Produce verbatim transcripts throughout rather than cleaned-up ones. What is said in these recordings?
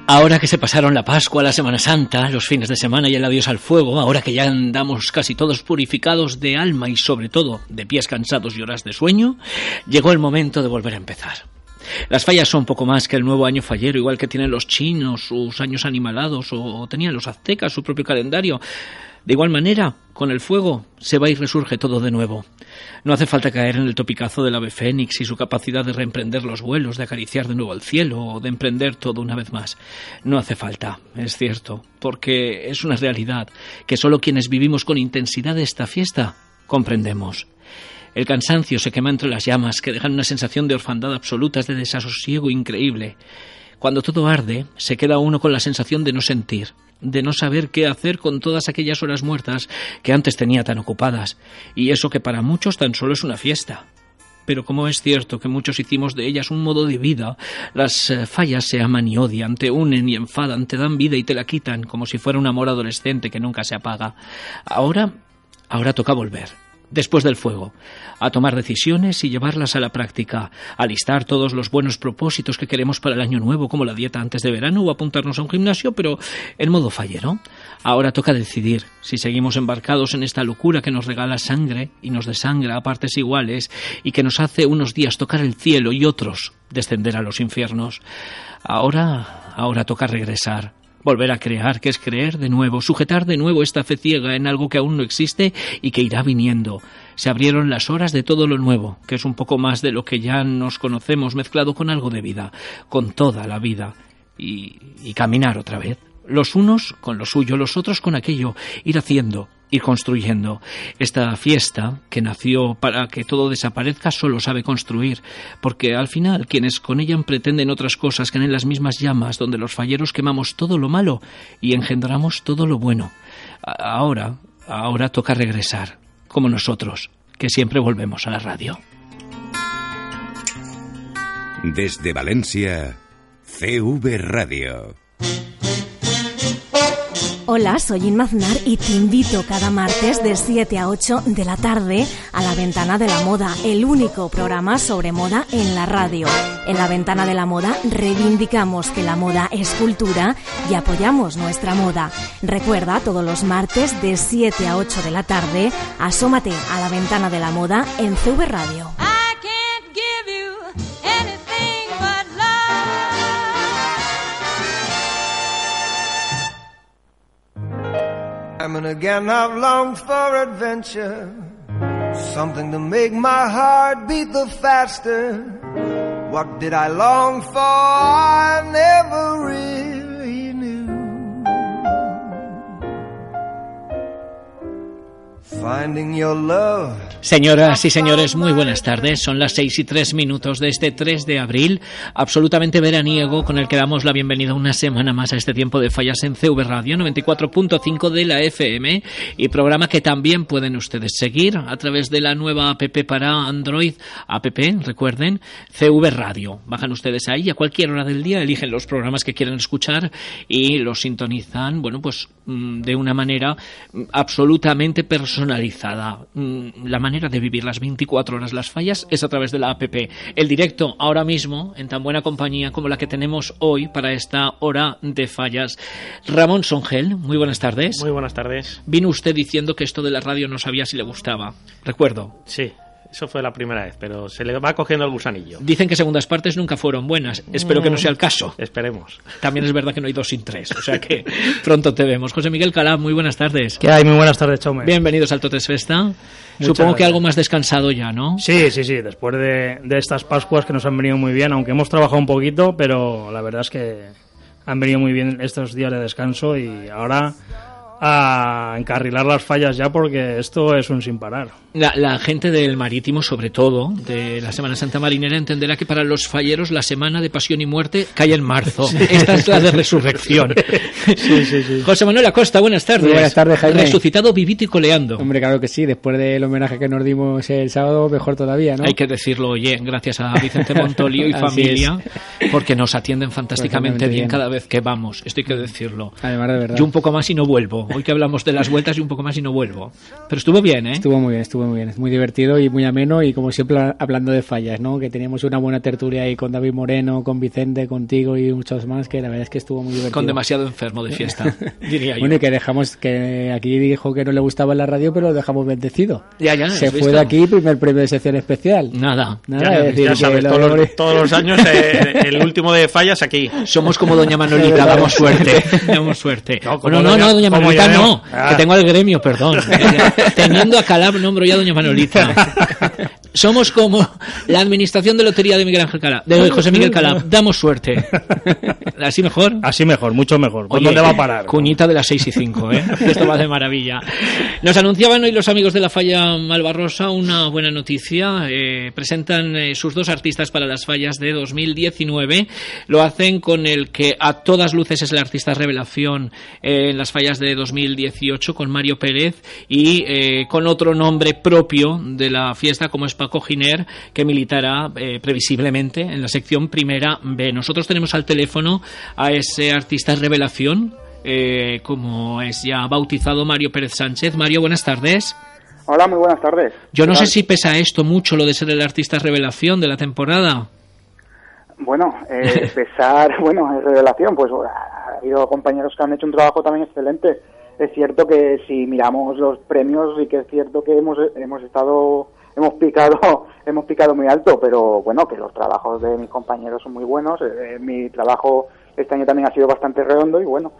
Ahora que se pasaron la Pascua, la Semana Santa, los fines de semana y el adiós al fuego, ahora que ya andamos casi todos purificados de alma y sobre todo de pies cansados y horas de sueño, llegó el momento de volver a empezar. Las fallas son poco más que el nuevo año fallero, igual que tienen los chinos sus años animalados o tenían los aztecas su propio calendario. De igual manera, con el fuego se va y resurge todo de nuevo. No hace falta caer en el topicazo del ave fénix y su capacidad de reemprender los vuelos, de acariciar de nuevo el cielo o de emprender todo una vez más. No hace falta, es cierto, porque es una realidad que solo quienes vivimos con intensidad esta fiesta comprendemos. El cansancio se quema entre las llamas que dejan una sensación de orfandad absoluta, de desasosiego increíble. Cuando todo arde, se queda uno con la sensación de no sentir, de no saber qué hacer con todas aquellas horas muertas que antes tenía tan ocupadas, y eso que para muchos tan solo es una fiesta. Pero como es cierto que muchos hicimos de ellas un modo de vida, las eh, fallas se aman y odian, te unen y enfadan, te dan vida y te la quitan, como si fuera un amor adolescente que nunca se apaga. Ahora, ahora toca volver. Después del fuego, a tomar decisiones y llevarlas a la práctica, a listar todos los buenos propósitos que queremos para el año nuevo, como la dieta antes de verano o apuntarnos a un gimnasio, pero en modo fallero. Ahora toca decidir si seguimos embarcados en esta locura que nos regala sangre y nos desangra a partes iguales y que nos hace unos días tocar el cielo y otros descender a los infiernos. Ahora, ahora toca regresar. Volver a crear, que es creer de nuevo, sujetar de nuevo esta fe ciega en algo que aún no existe y que irá viniendo. Se abrieron las horas de todo lo nuevo, que es un poco más de lo que ya nos conocemos, mezclado con algo de vida, con toda la vida, y, y caminar otra vez. Los unos con lo suyo, los otros con aquello, ir haciendo, ir construyendo. Esta fiesta, que nació para que todo desaparezca, solo sabe construir, porque al final quienes con ella pretenden otras cosas caen en las mismas llamas donde los falleros quemamos todo lo malo y engendramos todo lo bueno. Ahora, ahora toca regresar, como nosotros, que siempre volvemos a la radio. Desde Valencia, C V Radio. Hola, soy Inma Aznar y te invito cada martes de siete a ocho de la tarde a La Ventana de la Moda, el único programa sobre moda en la radio. En La Ventana de la Moda reivindicamos que la moda es cultura y apoyamos nuestra moda. Recuerda, todos los martes de siete a ocho de la tarde, asómate a La Ventana de la Moda en C V Radio. And again I've longed for adventure, something to make my heart beat the faster. What did I long for? I never really knew. Finding your love. Señoras y señores, muy buenas tardes. Son las seis y tres minutos de este tres de abril, absolutamente veraniego, con el que damos la bienvenida una semana más a este tiempo de fallas en C V Radio noventa y cuatro punto cinco de la F M, y programa que también pueden ustedes seguir a través de la nueva app para Android, app, recuerden, C V Radio. Bajan ustedes ahí a cualquier hora del día, eligen los programas que quieran escuchar y los sintonizan, bueno, pues de una manera absolutamente personalizada. La manera de vivir las veinticuatro horas las fallas es a través de la app. El directo ahora mismo en tan buena compañía como la que tenemos hoy para esta hora de fallas. Ramón Songel, muy buenas tardes. Muy buenas tardes. Vino usted diciendo que esto de la radio no sabía si le gustaba. Recuerdo. Sí. Eso fue la primera vez, pero se le va cogiendo el gusanillo. Dicen que segundas partes nunca fueron buenas. Espero que no sea el caso. Esperemos. También es verdad que no hay dos sin tres, o sea que pronto te vemos. José Miguel Calab, muy buenas tardes. ¿Qué hay? Muy buenas tardes, Chaume. Bienvenidos al Totes Festa. Muchas Supongo gracias. Que algo más descansado ya, ¿no? Sí, sí, sí. Después de, de estas Pascuas que nos han venido muy bien, aunque hemos trabajado un poquito, pero la verdad es que han venido muy bien estos días de descanso y ahora a encarrilar las fallas ya, porque esto es un sin parar. La, la gente del Marítimo, sobre todo, de la Semana Santa Marinera, entenderá que para los falleros la semana de pasión y muerte cae en marzo. Sí. Esta es la de resurrección. Sí, sí, sí. José Manuel Acosta, buenas tardes. Muy buenas tardes, Jaime. Resucitado, vivito y coleando. Hombre, claro que sí. Después del homenaje que nos dimos el sábado, mejor todavía, ¿no? Hay que decirlo, oye, gracias a Vicente Montolio y familia, es. Porque nos atienden fantásticamente bien, bien cada vez que vamos. Esto hay que decirlo. Además, de verdad. Yo un poco más y no vuelvo. Hoy que hablamos de las vueltas y un poco más y no vuelvo. Pero estuvo bien, ¿eh? Estuvo muy bien, estuvo muy bien. Es muy divertido y muy ameno y como siempre hablando de fallas, ¿no? Que teníamos una buena tertulia ahí con David Moreno, con Vicente, contigo y muchos más, que la verdad es que estuvo muy divertido. Con demasiado enfermo de fiesta, diría yo. Bueno, y que dejamos, que aquí dijo que no le gustaba la radio, pero lo dejamos bendecido. Ya, ya, Se fue visto? de aquí, primer premio de sección especial. Nada. Nada, Ya, es decir, ya sabes, que todos, lo- los, todos los años eh, el último de fallas aquí. Somos como doña Manolita, damos suerte. Damos suerte. No, como Bueno, no, doña- no, doña como Manolita ya no. no. Ah. Que tengo al gremio, perdón. Teniendo a Calab, nombro ya a doña Manolita. Somos como la administración de lotería de Miguel Ángel Calab, de José Miguel Calab. Damos suerte. ¿Así mejor? Así mejor, mucho mejor. ¿Por Oye, dónde va a parar? Cuñita de las seis y cinco, ¿eh? Esto va de maravilla. Nos anunciaban hoy los amigos de la Falla Malvarrosa una buena noticia. Eh, presentan eh, sus dos artistas para las fallas de dos mil diecinueve. Lo hacen con el que a todas luces es el artista revelación eh, en las fallas de dos mil dieciocho, con Mario Pérez, y eh, con otro nombre propio de la fiesta, como es Paco Giner, que militará eh, previsiblemente en la sección primera B. Nosotros tenemos al teléfono a ese artista revelación, eh, como es ya bautizado, Mario Pérez Sánchez. Mario, buenas tardes. Hola, muy buenas tardes. Yo no ¿Qué sé tal? si pesa esto mucho, lo de ser el artista revelación de la temporada. Bueno, eh, pesar, bueno, en revelación, pues ha habido compañeros que han hecho un trabajo también excelente. Es cierto que si miramos los premios, sí que es cierto que hemos hemos estado, hemos picado, hemos picado muy alto, pero bueno, que los trabajos de mis compañeros son muy buenos. Eh, mi trabajo este año también ha sido bastante redondo y bueno,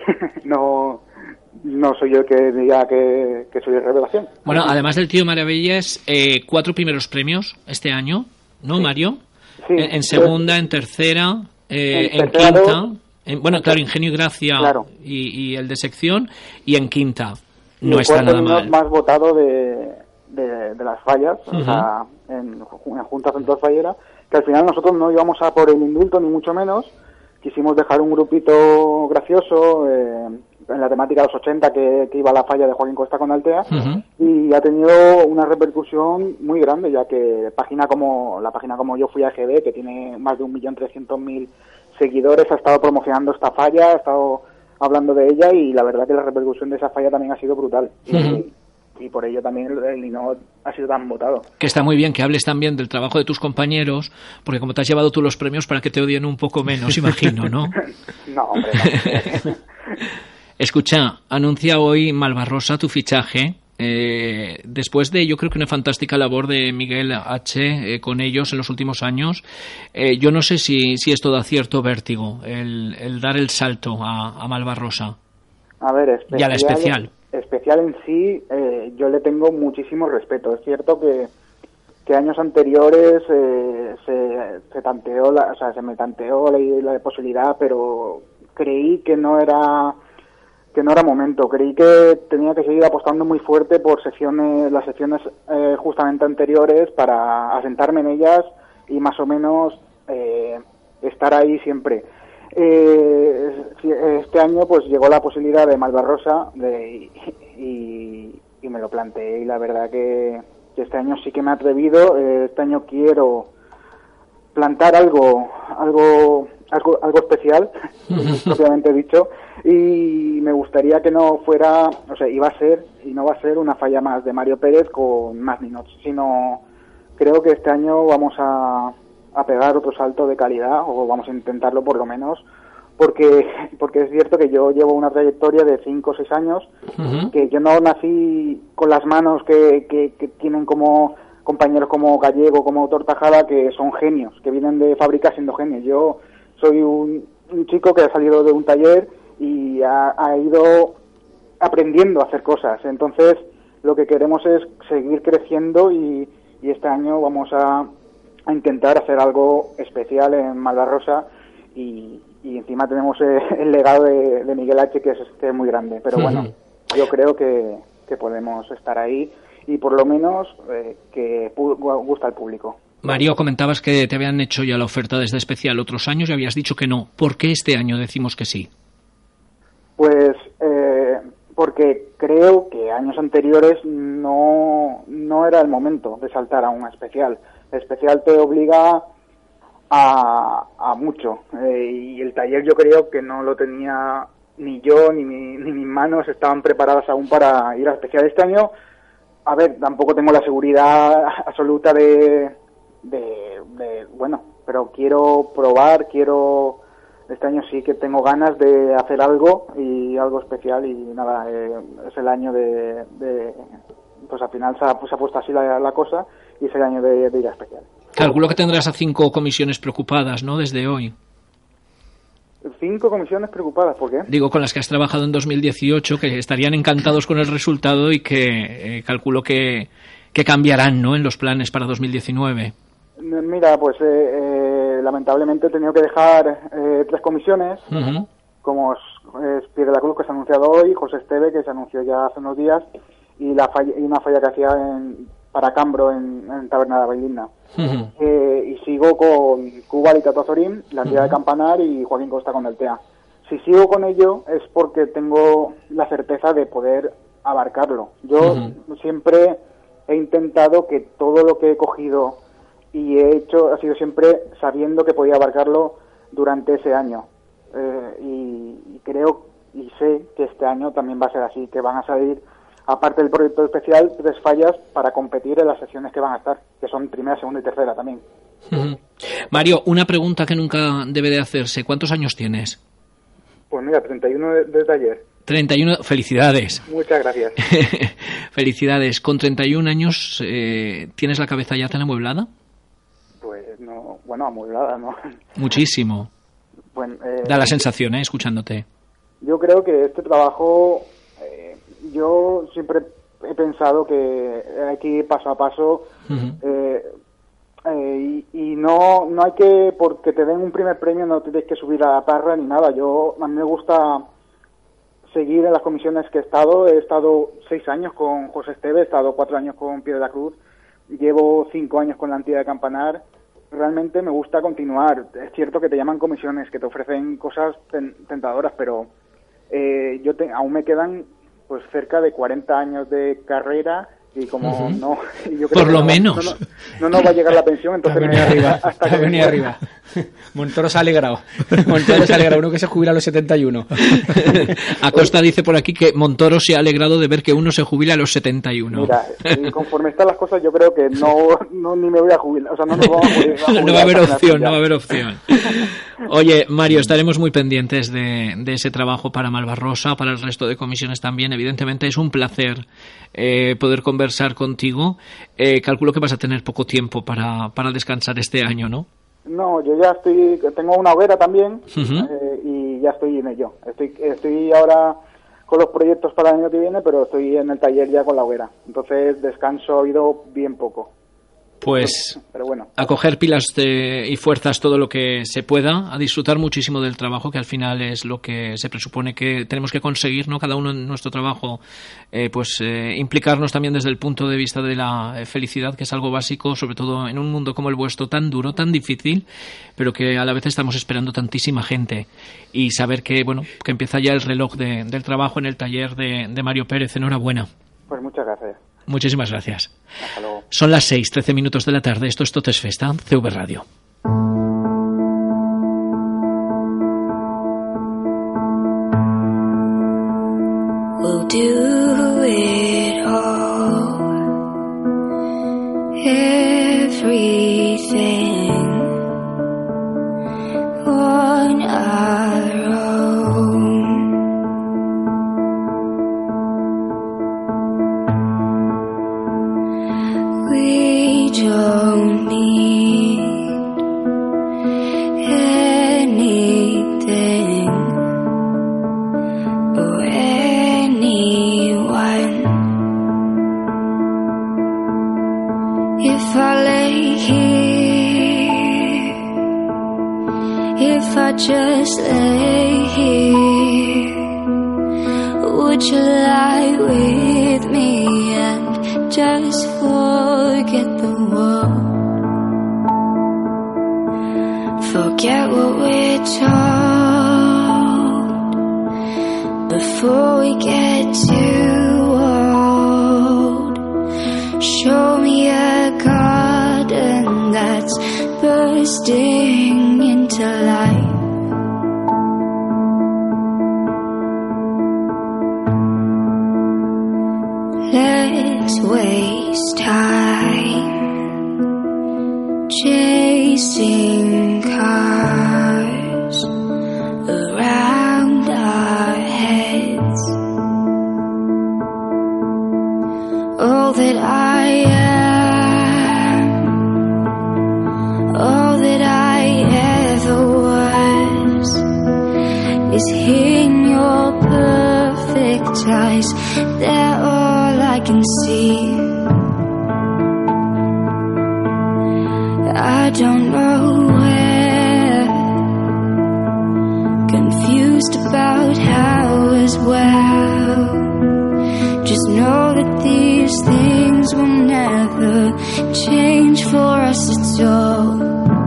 no no soy yo el que diga que, que soy de revelación. Bueno, además del Tío Maravillas, eh, cuatro primeros premios este año, ¿no, Sí. Mario? Sí, en, en segunda, en tercera, eh, en, En tercera, quinta. dos. En, bueno, claro, Ingenio y Gracia Claro. y, y el de sección, y en quinta. No el está cuarto nada vino mal. más votado de, de, de las fallas, Ujú. o sea, en, en Junta Central Fallera, que al final nosotros no íbamos a por el indulto, ni mucho menos. Quisimos dejar un grupito gracioso eh, en la temática de los ochenta que, que iba a la falla de Joaquín Costa con Altea, Ujú. y ha tenido una repercusión muy grande, ya que página como la página como Yo Fui a G B, que tiene más de un millón trescientos mil seguidores, ha estado promocionando esta falla, ha estado hablando de ella, y la verdad que la repercusión de esa falla también ha sido brutal. Ujú. y, y por ello también el, el Linot ha sido tan votado. Que está muy bien que hables también del trabajo de tus compañeros, porque como te has llevado tú los premios para que te odien un poco menos, imagino, ¿no? No, hombre, no. Escucha, anuncia hoy Malvarrosa tu fichaje. Eh, después de, yo creo que una fantástica labor de Miguel H. eh, con ellos en los últimos años, eh, yo no sé si, si esto da cierto vértigo, el, el dar el salto a, a Malvarrosa. A ver, especial, Y a la especial. Especial en sí, eh, yo le tengo muchísimo respeto. Es cierto que, que años anteriores eh, se, se tanteó, la, o sea, se me tanteó la, la posibilidad, pero creí que no era que no era momento. Creí que tenía que seguir apostando muy fuerte por secciones, las secciones eh, justamente anteriores, para asentarme en ellas y más o menos eh, estar ahí siempre. Eh, este año pues llegó la posibilidad de Malvarrosa de, y, y me lo planteé, y la verdad que, que este año sí que me he atrevido. Eh, este año quiero plantar algo algo algo, algo especial, propiamente dicho, y me gustaría que no fuera, o sea, iba a ser y no va a ser una falla más de Mario Pérez con más ninots, sino creo que este año vamos a a pegar otro salto de calidad, o vamos a intentarlo por lo menos, porque porque es cierto que yo llevo una trayectoria de cinco o seis años, Uh-huh. que yo no nací con las manos que, que, que tienen como compañeros como Gallego, como Tortajada, que son genios, que vienen de fábrica siendo genios. Yo soy un, un chico que ha salido de un taller y ha, ha ido aprendiendo a hacer cosas. Entonces, lo que queremos es seguir creciendo, y, y este año vamos a a intentar hacer algo especial en Malvarrosa, y, y encima tenemos eh, el legado de, de Miguel H, que es, que es muy grande, pero bueno, uh-huh. yo creo que, que podemos estar ahí, y por lo menos eh, que pu- gusta al público. Mario, comentabas que te habían hecho ya la oferta desde especial otros años y habías dicho que no. ¿Por qué este año decimos que sí? Pues eh, porque creo que años anteriores no, no era el momento de saltar a un especial. El especial te obliga a, a mucho, eh, y el taller yo creo que no lo tenía ni yo ni, mi, ni mis manos estaban preparadas aún para ir a especial. Este año, a ver, tampoco tengo la seguridad absoluta de, de, de bueno, pero quiero probar, quiero... Este año sí que tengo ganas de hacer algo y algo especial y nada, eh, es el año de, de... Pues al final se ha, pues, se ha puesto así la, la cosa y es el año de, de ir a especial. Calculo que tendrás a cinco comisiones preocupadas, ¿no?, desde hoy. Cinco comisiones preocupadas, ¿por qué? Digo, con las que has trabajado en dos mil dieciocho, que estarían encantados con el resultado y que eh, calculo que, que cambiarán, ¿no?, en los planes para dos mil diecinueve. Mira, pues eh, eh, lamentablemente he tenido que dejar eh, tres comisiones, uh-huh. como es, es Pierre de la Cruz, que se ha anunciado hoy, José Esteve, que se anunció ya hace unos días, y, la falla, y una falla que hacía en, para Cambro en, en Taberna de Bailinna. Uh-huh. Eh, y sigo con Cuba y Tato Azorín, la entidad uh-huh. de Campanar, y Joaquín Costa con el T E A. Si sigo con ello es porque tengo la certeza de poder abarcarlo. Yo uh-huh. siempre he intentado que todo lo que he cogido y he hecho ha sido siempre sabiendo que podía abarcarlo durante ese año. Eh, y, y creo y sé que este año también va a ser así, que van a salir, aparte del proyecto especial, tres fallas para competir en las secciones que van a estar, que son primera, segunda y tercera también. Uh-huh. Mario, una pregunta que nunca debe de hacerse. ¿Cuántos años tienes? Pues mira, treinta y uno desde ayer. treinta y uno, felicidades. Muchas gracias. Felicidades. ¿Con treinta y un años eh, tienes la cabeza ya tan amueblada? Pues no, bueno, amueblada, ¿no? Muchísimo. Bueno, eh, da la sensación, ¿eh?, escuchándote. Yo creo que este trabajo, eh, yo siempre he pensado que hay que ir paso a paso, uh-huh. eh, eh, y, y no no hay que, porque te den un primer premio, no tienes que subir a la parra ni nada. Yo, a mí me gusta seguir en las comisiones que he estado. He estado seis años con José Esteve, he estado cuatro años con Pierre de la Cruz, llevo cinco años con la entidad de Campanar. Realmente me gusta continuar. Es cierto que te llaman comisiones, que te ofrecen cosas ten, tentadoras, pero eh, yo te, aún me quedan pues cerca de cuarenta años de carrera y como uh-huh. no... Yo creo Por lo no, menos. No, no, no nos va a llegar la pensión, entonces... venía arriba, hasta que venía arriba. Montoro se ha alegrado. Montoro se ha alegrado, uno que se jubila a los setenta y uno. Acosta dice por aquí que Montoro se ha alegrado de ver que uno se jubila a los setenta y uno. Mira, y conforme están las cosas, yo creo que no, no ni me voy a jubilar. O sea, no nos vamos a jubilar. A jubilar no va a haber opción, no va a haber opción. Oye, Mario, estaremos muy pendientes de, de ese trabajo para Malvarrosa, para el resto de comisiones también. Evidentemente es un placer eh, poder conversar contigo. Eh, calculo que vas a tener poco tiempo para, para descansar este año, ¿no? No, yo ya estoy, tengo una hoguera también, uh-huh. eh, y ya estoy en ello. Estoy, estoy ahora con los proyectos para el año que viene, pero estoy en el taller ya con la hoguera. Entonces descanso ha ido bien poco. Pues pero bueno. A coger pilas de, y fuerzas todo lo que se pueda, a disfrutar muchísimo del trabajo, que al final es lo que se presupone que tenemos que conseguir, ¿no? Cada uno en nuestro trabajo, eh, pues eh, implicarnos también desde el punto de vista de la felicidad, que es algo básico, sobre todo en un mundo como el vuestro, tan duro, tan difícil, pero que a la vez estamos esperando tantísima gente. Y saber que, bueno, que empieza ya el reloj de, del trabajo en el taller de, de Mario Pérez. Enhorabuena. Pues muchas gracias. Muchísimas gracias. Hasta luego. Son las seis, trece minutos de la tarde. Esto es Totes Festa, C V Radio. We'll do it all, everything on our own. We don't need anything or anyone. If I lay here, if I just lay here, would you lie with me and just forget the world? Forget what we're told before we get too old. Show me a garden that's bursting into life. Let's waste time chasing cars around our heads. All that I am, all that I ever was, is in your perfect eyes. They're all I can see. I don't know where, confused about how as well. Just know that these things will never change for us at all.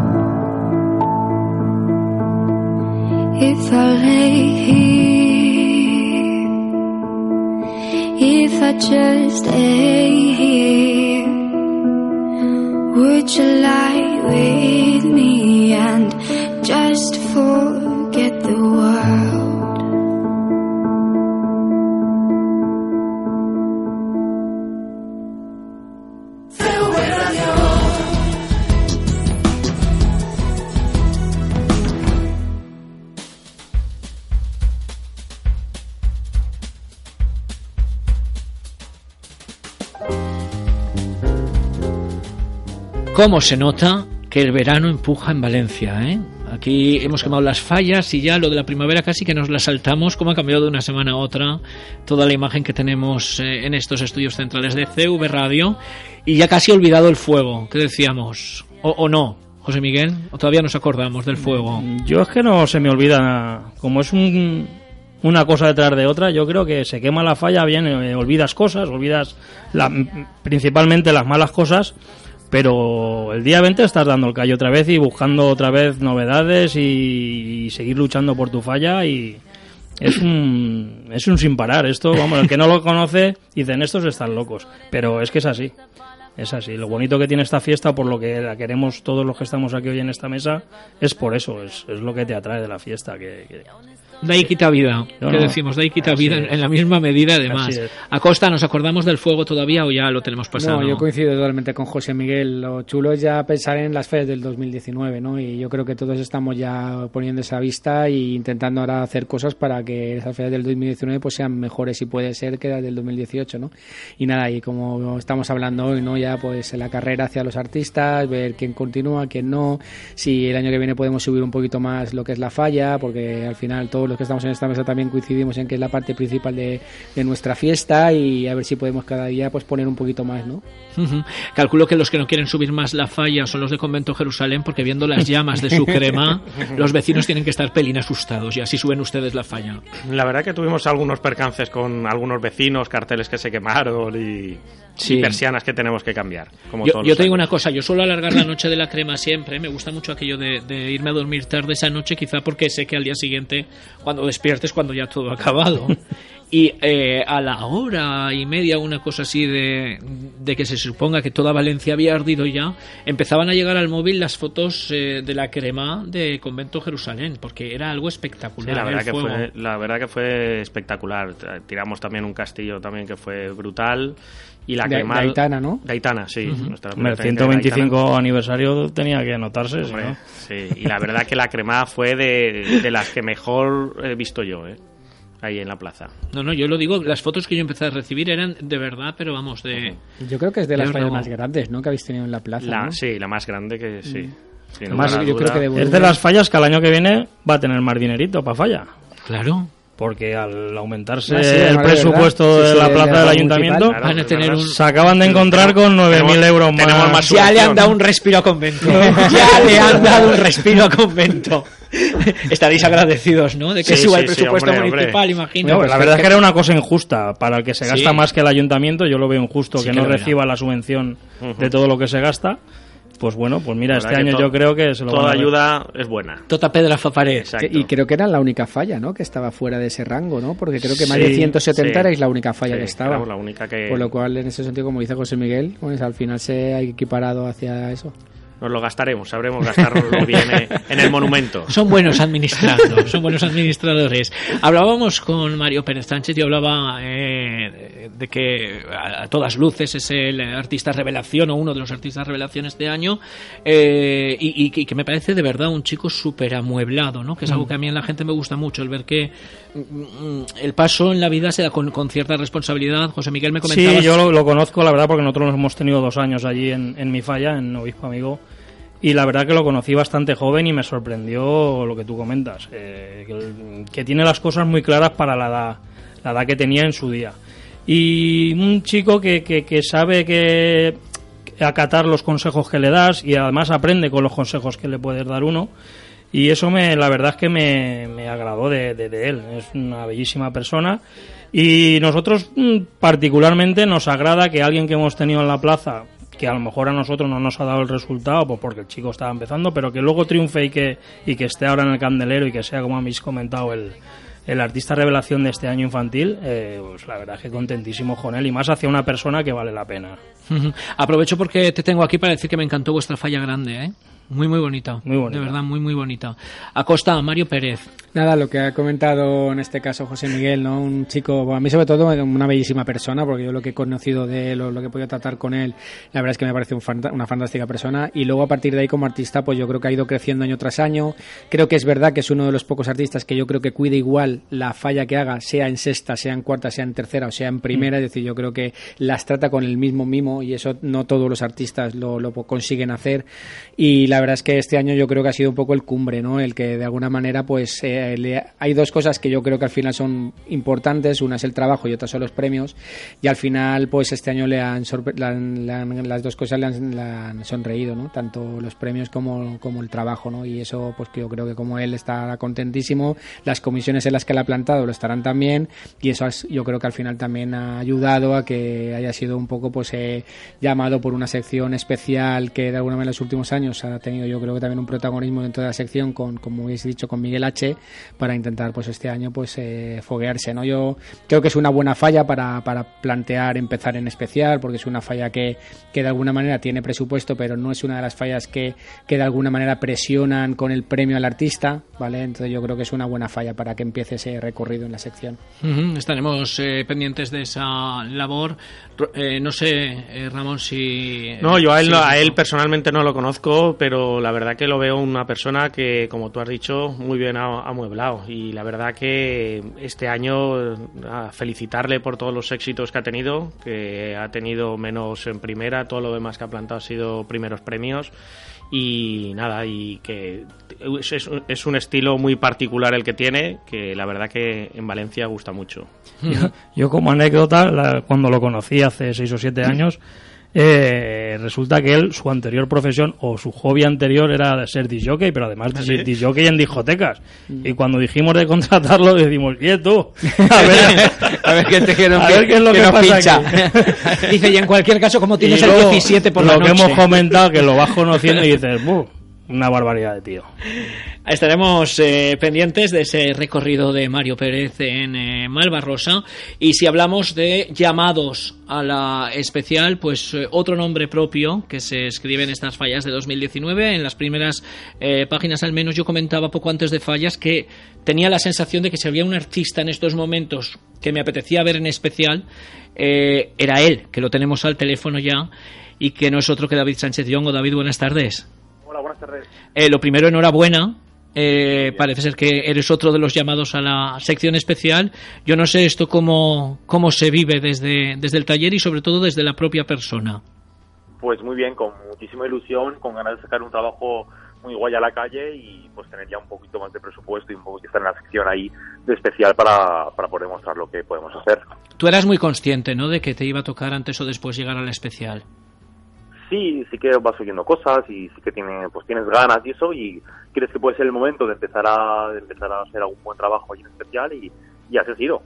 If I lay here, if I just lay here, would you lie with me and just forget the world? ¿Cómo se nota que el verano empuja en Valencia, eh? Aquí hemos quemado las fallas y ya lo de la primavera casi que nos la saltamos, como ha cambiado de una semana a otra toda la imagen que tenemos eh, en estos estudios centrales de C V Radio, y ya casi olvidado el fuego, ¿qué decíamos? ¿O, o no, José Miguel? ¿O todavía nos acordamos del fuego? Yo es que no se me olvida, como es un, una cosa detrás de otra, yo creo que se quema la falla, bien, eh, olvidas cosas, olvidas la, principalmente las malas cosas, pero el día veinte estás dando el callo otra vez y buscando otra vez novedades y, y seguir luchando por tu falla, y es un es un sin parar esto, vamos, el que no lo conoce dicen estos están locos, pero es que es así, es así. Lo bonito que tiene esta fiesta, por lo que la queremos todos los que estamos aquí hoy en esta mesa, es por eso, es, es lo que te atrae de la fiesta, que, que... Da y quita vida, no, que no. decimos, da y quita vida en, en la misma medida, además. Acosta, ¿nos acordamos del fuego todavía o ya lo tenemos pasado? No, yo coincido totalmente con José Miguel. Lo chulo es ya pensar en las ferias del dos mil diecinueve, ¿no? Y yo creo que todos estamos ya poniendo esa vista e intentando ahora hacer cosas para que esas ferias del dos mil diecinueve pues sean mejores, si puede ser, que las del dos mil dieciocho, ¿no? Y nada, y como estamos hablando hoy, ¿no? Ya pues en la carrera hacia los artistas, ver quién continúa, quién no, si el año que viene podemos subir un poquito más lo que es la falla, porque al final todos los que estamos en esta mesa también coincidimos en que es la parte principal de, de nuestra fiesta, y a ver si podemos cada día pues poner un poquito más, ¿no? Uh-huh. Calculo que los que no quieren subir más la falla son los de Convento Jerusalén, porque viendo las llamas de su crema, los vecinos tienen que estar pelín asustados, y así suben ustedes la falla. La verdad que tuvimos algunos percances con algunos vecinos, carteles que se quemaron y, sí. y persianas que tenemos que cambiar. Como yo todos yo te digo años. una cosa, yo suelo alargar la noche de la crema siempre, me gusta mucho aquello de, de irme a dormir tarde esa noche, quizá porque sé que al día siguiente, cuando despiertes, cuando ya todo ha acabado. Y eh, a la hora y media, una cosa así de, de que se suponga que toda Valencia había ardido ya, empezaban a llegar al móvil las fotos eh, de la crema de Convento Jerusalén, porque era algo espectacular. Sí, la verdad, el que fuego. fue, la verdad que fue espectacular. Tiramos también un castillo también que fue brutal. Y la de, quemada... Gaitana, ¿no? Gaitana, sí. Uh-huh. Nuestra El ciento veinticinco aniversario tenía que anotarse. Hombre, ¿no? Sí, y la verdad que la cremada fue de, de las que mejor he visto yo, ¿eh? Ahí en la plaza. No, no, yo lo digo, las fotos que yo empecé a recibir eran de verdad, pero vamos, de... Yo creo que es de las Yo fallas no. más grandes, ¿no?, que habéis tenido en la plaza, La, ¿no? Sí, la más grande que sí. sí no Más, yo creo que de es de las fallas que al año que viene va a tener más dinerito para falla. Claro. Porque al aumentarse Ah, sí, el de presupuesto sí, de sí, la de plaza la del municipal. ayuntamiento, Claro, van a tener un... se acaban de encontrar con nueve mil euros más. tenemos más Ya le han dado un respiro a Convento. Ya le han dado un respiro a Convento. Estaréis agradecidos, ¿no? De que Sí, suba sí, el sí, presupuesto hombre, municipal, hombre. imagino. No, pues la verdad es que era una cosa injusta. Para el que se gasta Sí. más que el ayuntamiento, yo lo veo injusto Sí que que no lo era. reciba la subvención Ujú. de todo lo que se gasta. Pues bueno, pues mira, La este verdad que año to- yo creo que se lo Toda van a ver. ayuda es buena. Tota pedra fa pared. Exacto. Y creo que era la única falla, ¿no?, que estaba fuera de ese rango, ¿no? Porque creo que más Sí, de ciento setenta sí. erais la única falla Sí, que estaba. éramos la única que... Por lo cual, en ese sentido, como dice José Miguel, pues al final se ha equiparado hacia eso. nos lo gastaremos, sabremos gastárnoslo bien en el monumento. Son buenos administrando, son buenos administradores. Hablábamos con Mario Pérez Sánchez y hablaba eh, de que a, a todas luces es el artista revelación o uno de los artistas revelación este año eh, y, y, y que me parece de verdad un chico súper amueblado, ¿no? Que es algo que a mí en la gente me gusta mucho, el ver que mm, el paso en la vida se da con, con cierta responsabilidad. José Miguel, me comentabas... Sí, yo lo, lo conozco, la verdad, porque nosotros hemos tenido dos años allí en, en mi falla, en Obispo Amigo. Y la verdad que lo conocí bastante joven y me sorprendió lo que tú comentas, eh, que, que tiene las cosas muy claras para la edad, la edad que tenía en su día. Y un chico que, que, que sabe que, que acatar los consejos que le das y además aprende con los consejos que le puedes dar uno. Y eso me, la verdad es que me, me agradó de, de, de él. Es una bellísima persona. Y nosotros particularmente nos agrada que alguien que hemos tenido en la plaza, que a lo mejor a nosotros no nos ha dado el resultado pues porque el chico estaba empezando, pero que luego triunfe y que, y que esté ahora en el Candelero y que sea, como habéis comentado, el, el artista revelación de este año infantil, eh, pues la verdad es que contentísimo con él y más hacia una persona que vale la pena. Uh-huh. Aprovecho porque te tengo aquí para decir que me encantó vuestra falla grande, ¿eh? Muy, muy bonita. Muy bonita. De verdad, muy, muy bonita. Acosta, Mario Pérez. Nada, lo que ha comentado en este caso José Miguel, ¿no? Un chico, bueno, a mí sobre todo una bellísima persona, porque yo lo que he conocido de él o lo que he podido tratar con él, la verdad es que me parece un fanta- una fantástica persona. Y luego a partir de ahí como artista, pues yo creo que ha ido creciendo año tras año. Creo que es verdad que es uno de los pocos artistas que yo creo que cuida igual la falla que haga, sea en sexta, sea en cuarta, sea en tercera o sea en primera. Mm. Es decir, yo creo que las trata con el mismo mimo y eso no todos los artistas lo, lo consiguen hacer. Y la verdad es que este año yo creo que ha sido un poco el cumbre, ¿no? El que de alguna manera pues eh, le, hay dos cosas que yo creo que al final son importantes, una es el trabajo y otra son los premios, y al final pues este año le han, sorpre- le han, le han las dos cosas le han, le han sonreído, ¿no? Tanto los premios como, como el trabajo, ¿no? Y eso pues que yo creo que como él estará contentísimo, las comisiones en las que le ha plantado lo estarán también, y eso es, yo creo que al final también ha ayudado a que haya sido un poco pues eh, llamado por una sección especial que de alguna manera en los últimos años ha tenido yo creo que también un protagonismo dentro de la sección con, como habéis dicho, con Miguel H, para intentar pues este año pues eh, foguearse, ¿no? Yo creo que es una buena falla para, para plantear empezar en especial, porque es una falla que, que de alguna manera tiene presupuesto, pero no es una de las fallas que, que de alguna manera presionan con el premio al artista, ¿vale? Entonces yo creo que es una buena falla para que empiece ese recorrido en la sección. Uh-huh. Estaremos eh, pendientes de esa labor. Eh, no sé, eh, Ramón, si... No, yo a él, si a él personalmente no lo conozco, pero la verdad que lo veo una persona que, como tú has dicho, muy bien amueblado. Y la verdad que este año a felicitarle por todos los éxitos que ha tenido, que ha tenido menos en primera, todo lo demás que ha plantado ha sido primeros premios. Y nada, y que es, es un estilo muy particular el que tiene, que la verdad que en Valencia gusta mucho. Yo, yo como anécdota, la, cuando lo conocí hace seis o siete años, eh, resulta que él, su anterior profesión o su hobby anterior era ser disjockey, pero además de ser disjockey en discotecas. Y cuando dijimos de contratarlo, decimos, oye tú, a ver, a ver, qué, te, que no, a ver qué es lo que, que pasa aquí. Dice, y en cualquier caso, como tienes y el luego, diecisiete por lo la noche. Lo que hemos comentado, que lo vas conociendo y dices, ¡buh! Una barbaridad de tío. Estaremos eh, pendientes de ese recorrido de Mario Pérez en eh, Malvarrosa. Y si hablamos de llamados a la especial, pues eh, otro nombre propio que se escribe en estas fallas de dos mil diecinueve. En las primeras eh, páginas al menos yo comentaba poco antes de fallas que tenía la sensación de que si había un artista en estos momentos que me apetecía ver en especial, eh, era él, que lo tenemos al teléfono ya, y que no es otro que David Sánchez Yongo. David, buenas tardes. Hola, buenas tardes. Eh, lo primero, enhorabuena. Eh, parece ser que eres otro de los llamados a la sección especial. Yo no sé esto cómo, cómo se vive desde, desde el taller y sobre todo desde la propia persona. Pues muy bien, con muchísima ilusión, con ganas de sacar un trabajo muy guay a la calle y pues tener ya un poquito más de presupuesto y un poquito estar en la sección ahí de especial para, para poder mostrar lo que podemos hacer. Tú eras muy consciente, ¿no?, de que te iba a tocar antes o después llegar a la especial. Sí, sí que vas oyendo cosas y sí que tiene, pues tienes ganas y eso, y crees que puede ser el momento de empezar a de empezar a hacer algún buen trabajo ahí en especial, y, y así ha sido.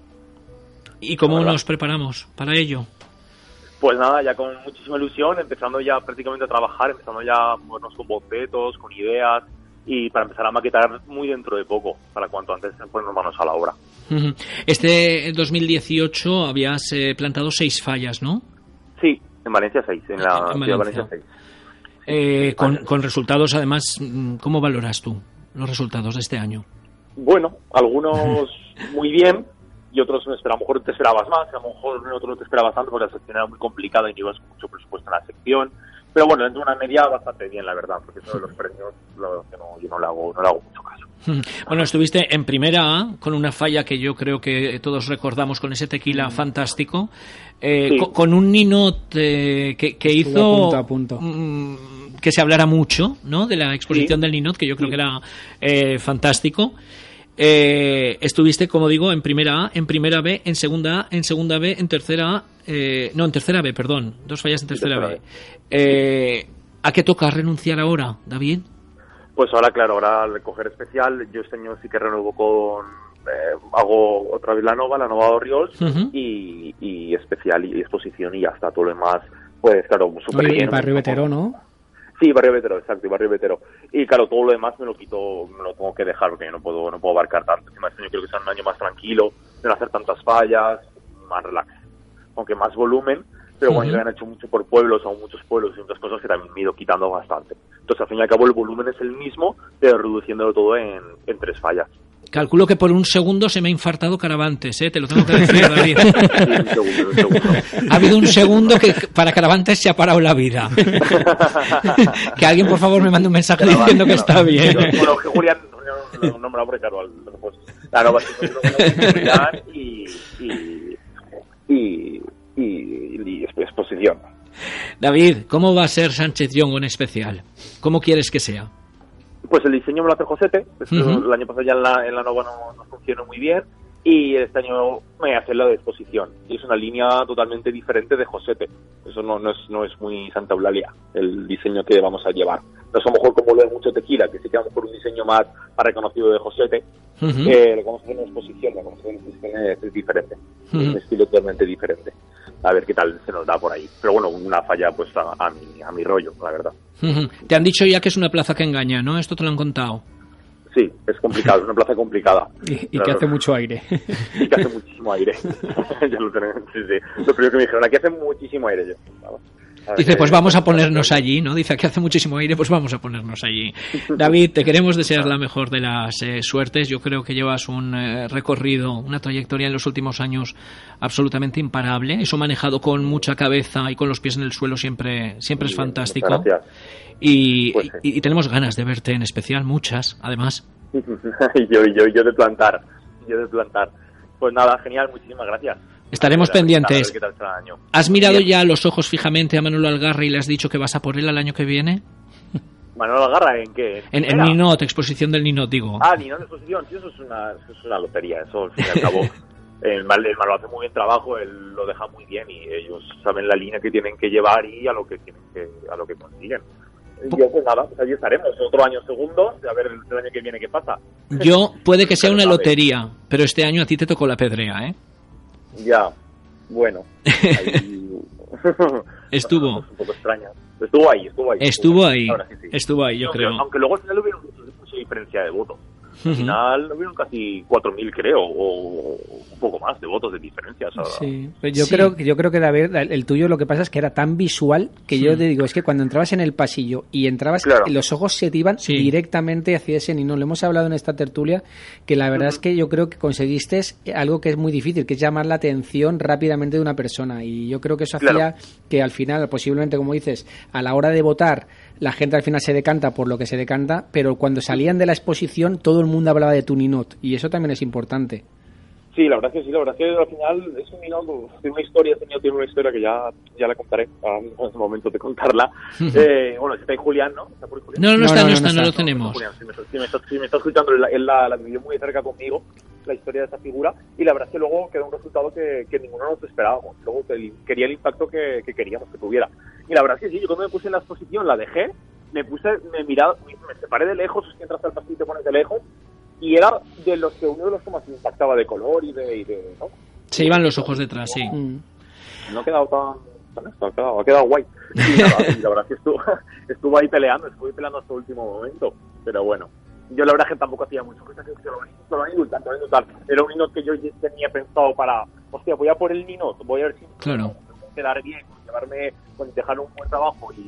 ¿Y cómo nos preparamos para ello? Pues nada, ya con muchísima ilusión, empezando ya prácticamente a trabajar, empezando ya a movernos con bocetos, con ideas, y para empezar a maquetar muy dentro de poco, para cuanto antes ponernos manos a la obra. Este dos mil dieciocho habías eh, plantado seis fallas, ¿no? Sí. En Valencia seis, en la en ciudad Valencia. de Valencia seis. Eh, con, con resultados, además, ¿cómo valoras tú los resultados de este año? Bueno, algunos muy bien y otros a lo mejor te esperabas más, a lo mejor otros no te esperabas tanto porque la sección era muy complicada y no ibas con mucho presupuesto en la sección. Pero bueno, dentro de una media bastante bien, la verdad, porque eso de los premios lo, que no, yo no le hago, no le hago mucho caso. Bueno, estuviste en primera A con una falla que yo creo que todos recordamos con ese tequila fantástico, eh, sí. con, con un ninot eh, que, que hizo punto a punto. Mm, que se hablara mucho, ¿no? De la exposición sí. del ninot, que yo creo sí. que era eh, fantástico. Eh, estuviste, como digo, en primera A, en primera B, en segunda A, en segunda B, en tercera A, eh, no, en tercera B, perdón, dos fallas en tercera, tercera B. Eh, ¿A qué toca renunciar ahora, David? Pues ahora, claro, ahora al recoger especial, yo este año sí que renuevo con, eh, hago otra vez la Nova, la Nova de Orriols, uh-huh. y, y especial y exposición y ya está, todo lo demás, pues claro, súper bien. Y Barrio Vetero, ¿no? Sí, Barrio Vetero, exacto, y Barrio Vetero. Y claro, todo lo demás me lo quito, me lo tengo que dejar porque yo no puedo, no puedo abarcar tanto. Encima este año creo que sea un año más tranquilo, de no hacer tantas fallas, más relax. Aunque más volumen, pero uh-huh. bueno, ya han hecho mucho por pueblos, o muchos pueblos y muchas cosas que también me he ido quitando bastante. Entonces, al fin y al cabo, el volumen es el mismo, pero reduciéndolo todo en, en tres fallas. Calculo que por un segundo se me ha infartado Caravantes, ¿eh? Te lo tengo que decir, David. Sí, un segundo, un segundo. Ha habido un segundo que para Caravantes se ha parado la vida. Que alguien, por favor, me mande un mensaje Caravantes, diciendo que no, está bien. Bueno, que Julián, no, no, no me lo habré caro, pues, claro, básicamente Julián y, y, y, y, y exposición. David, ¿cómo va a ser Sánchez Young en especial? ¿Cómo quieres que sea? Pues el diseño me lo hace Josete. Uh-huh. El año pasado ya en la, en la Nova no, no funcionó muy bien y este año me hace la de exposición. Y es una línea totalmente diferente de Josete. Eso no, no, es, no es muy Santa Eulalia, el diseño que vamos a llevar. No es a lo mejor como lo de mucho tequila, que sí que a lo mejor un diseño más, más reconocido de Josete. Uh-huh. Eh, lo que vamos a hacer en exposición, lo que vamos a hacer en exposición es, es diferente. Uh-huh. Es un estilo totalmente diferente. A ver qué tal se nos da por ahí. Pero bueno, una falla pues a, a, mi, a mi rollo, la verdad. Uh-huh. Te han dicho ya que es una plaza que engaña, ¿no? Esto te lo han contado. Sí, es complicado, es una plaza complicada. Y, y que hace mucho aire. Y que hace muchísimo aire. Ya lo tenemos, sí, sí. Lo primero que me dijeron, aquí hace muchísimo aire. Yo, ¿sabes? Dice, pues vamos a ponernos allí, ¿no? Dice, aquí hace muchísimo aire, pues vamos a ponernos allí. David, te queremos desear la mejor de las eh, suertes. Yo creo que llevas un eh, recorrido, una trayectoria en los últimos años absolutamente imparable. Eso manejado con mucha cabeza y con los pies en el suelo siempre, siempre es fantástico. Gracias. Y, pues sí. y, y tenemos ganas de verte en especial, muchas, además. yo, yo, yo de plantar, yo de plantar. Pues nada, genial, muchísimas gracias. Estaremos pendientes. Qué tal será el año. ¿Has mirado Bien. ya a los ojos fijamente a Manolo Algarra y le has dicho que vas a por él el año que viene? ¿Manolo Algarra en qué? En, en Ninot, exposición del Ninot, digo. Ah, Ninot exposición, sí, eso es una, eso es una lotería, eso al fin y al cabo. El Manolo hace muy bien trabajo, él lo deja muy bien y ellos saben la línea que tienen que llevar y a lo que tienen que, a lo que consiguen. Yo pues nada, pues allí estaremos, otro año segundo, a ver el año que viene qué pasa. Yo, puede que sea una lotería, pero este año a ti te tocó la pedrea, ¿eh? Ya, bueno. Ahí... Estuvo. Un poco extraña. Estuvo ahí, estuvo ahí. Estuvo ahí, sí, sí. estuvo ahí, yo no, creo. Aunque luego al final hubo mucha diferencia de votos. Al uh-huh. final hubieron casi cuatro mil, creo, o un poco más de votos de diferencia. ¿Sabes? Sí, yo, sí. Creo, yo creo que David, el tuyo lo que pasa es que era tan visual que sí. yo te digo, es que cuando entrabas en el pasillo y entrabas, claro. los ojos se te iban sí. directamente hacia ese Ninot. Lo hemos hablado en esta tertulia, que la verdad uh-huh. es que yo creo que conseguiste algo que es muy difícil, que es llamar la atención rápidamente de una persona. Y yo creo que eso claro. hacía que al final, posiblemente, como dices, a la hora de votar, la gente al final se decanta por lo que se decanta, pero cuando salían de la exposición todo el mundo hablaba de tu Ninot y eso también es importante. Sí, la verdad es que sí, la verdad es que al final es un Ninot, tiene una historia, este tiene una historia que ya, ya la contaré, ahora mismo es el momento de contarla. eh, bueno, está ahí Julián, ¿no? ¿Está por Julián? No, no, no, no está, no, no está, no, no lo tenemos. Julián, si, me, si, me está, si me está escuchando, él, él la, la vivió muy de cerca conmigo, la historia de esa figura, y la verdad es que luego quedó un resultado que, que ninguno nos esperábamos. Luego que quería el impacto que, que queríamos que tuviera. Y la verdad es que sí, yo cuando me puse en la exposición, la dejé, me puse, me miraba, me separé de lejos, es que entras al pasillo y te pones de lejos, y era de los que uno de los que más me impactaba de color y de... Y de ¿no? Se iban los ojos detrás, sí. Mm. No ha quedado tan... tan esto, ha, quedado, ha quedado guay. Y la, y la verdad es que estuvo, estuvo ahí peleando, estuve peleando hasta el último momento, pero bueno. Yo la verdad es que tampoco hacía mucho, que lo van a indultar, lo van a indultar. Era un Ninot que yo tenía pensado para, hostia, voy a por el Ninot, voy a ver si claro. me puedo quedar bien, llevarme, pues, dejar un buen trabajo y,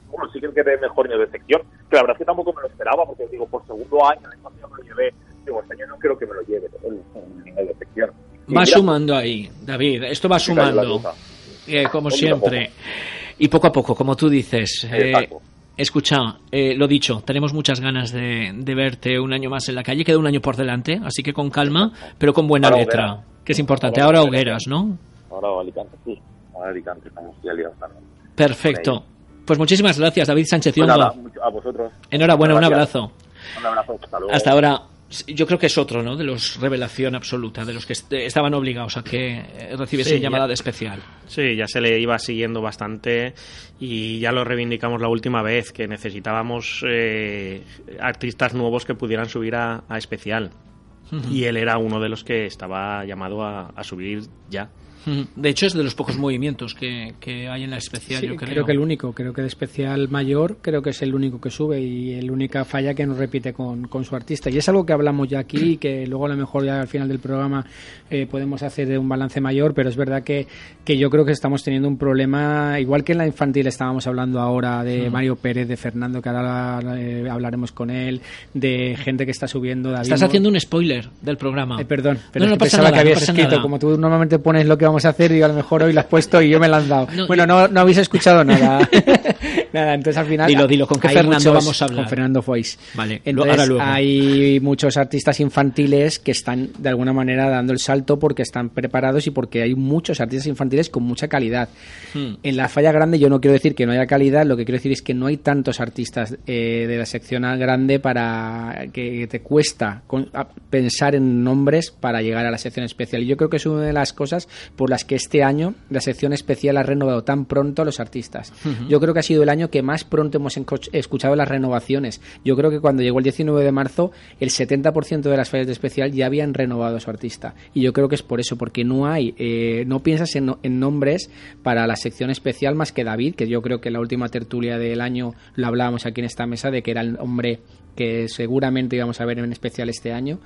bueno, sí que quedé mejor en el de sección, que la verdad es que tampoco me lo esperaba, porque digo, por segundo año, el año pasado me lo llevé, digo, este año no creo que me lo lleve en el de sección. Y va mira, sumando ahí, David, esto va sumando, eh, como siempre, y poco a poco, como tú dices. Eh, escucha, eh, lo dicho, tenemos muchas ganas de, de verte un año más en la calle, queda un año por delante, así que con calma, pero con buena ahora letra, Hoguera. que es importante. Ahora Hogueras, ¿no? Ahora Alicante, sí, ahora Alicante, estamos ya liados también. Perfecto. Pues muchísimas gracias, David Sánchez Pues Yongo. nada, a vosotros. Enhorabuena, un abrazo. Un abrazo, hasta luego. Hasta ahora, yo creo que es otro, ¿no? De los revelación absoluta, de los que est- estaban obligados a que recibiese Sí, llamada ya. de especial. Sí, ya se le iba siguiendo bastante y ya lo reivindicamos la última vez, que necesitábamos eh, artistas nuevos que pudieran subir a, a especial. Ujú. Y él era uno de los que estaba llamado a, a subir ya. De hecho, es de los pocos movimientos que, que hay en la especial, Sí, yo creo. creo que el único, creo que de especial mayor, creo que es el único que sube y la única falla que no repite con, con su artista. Y es algo que hablamos ya aquí y que luego a lo mejor ya al final del programa eh, podemos hacer de un balance mayor, pero es verdad que, que yo creo que estamos teniendo un problema, igual que en la infantil estábamos hablando ahora de Mm. Mario Pérez, de Fernando, que ahora eh, hablaremos con él, de gente que está subiendo. David, Estás haciendo un spoiler del programa. Eh, perdón, pero no, no es que pasa pensaba nada, que habías no pasa escrito, nada. como tú normalmente pones lo que vamos a hacer y a lo mejor hoy lo has puesto y yo me lo han dado. No, bueno, y- no, no habéis escuchado nada. Nada, entonces al final... Dilo, dilo, ¿con qué hay Fernando muchos- vamos a hablar? Con Fernando Foix. Vale, Entonces, ahora luego. hay muchos artistas infantiles que están de alguna manera dando el salto porque están preparados y porque hay muchos artistas infantiles con mucha calidad. Hmm. En la falla grande yo no quiero decir que no haya calidad, lo que quiero decir es que no hay tantos artistas eh, de la sección grande para que te cuesta con- a- pensar en nombres para llegar a la sección especial. Y yo creo que es una de las cosas por las que este año la sección especial ha renovado tan pronto a los artistas. Ujú. Yo creo que ha sido el año que más pronto hemos enco- escuchado las renovaciones. Yo creo que cuando llegó el diecinueve de marzo, el setenta por ciento de las fallas de especial ya habían renovado a su artista. Y yo creo que es por eso, porque no hay, eh, no piensas en, no- en nombres para la sección especial más que David, que yo creo que en la última tertulia del año lo hablábamos aquí en esta mesa, de que era el hombre que seguramente íbamos a ver en especial este año,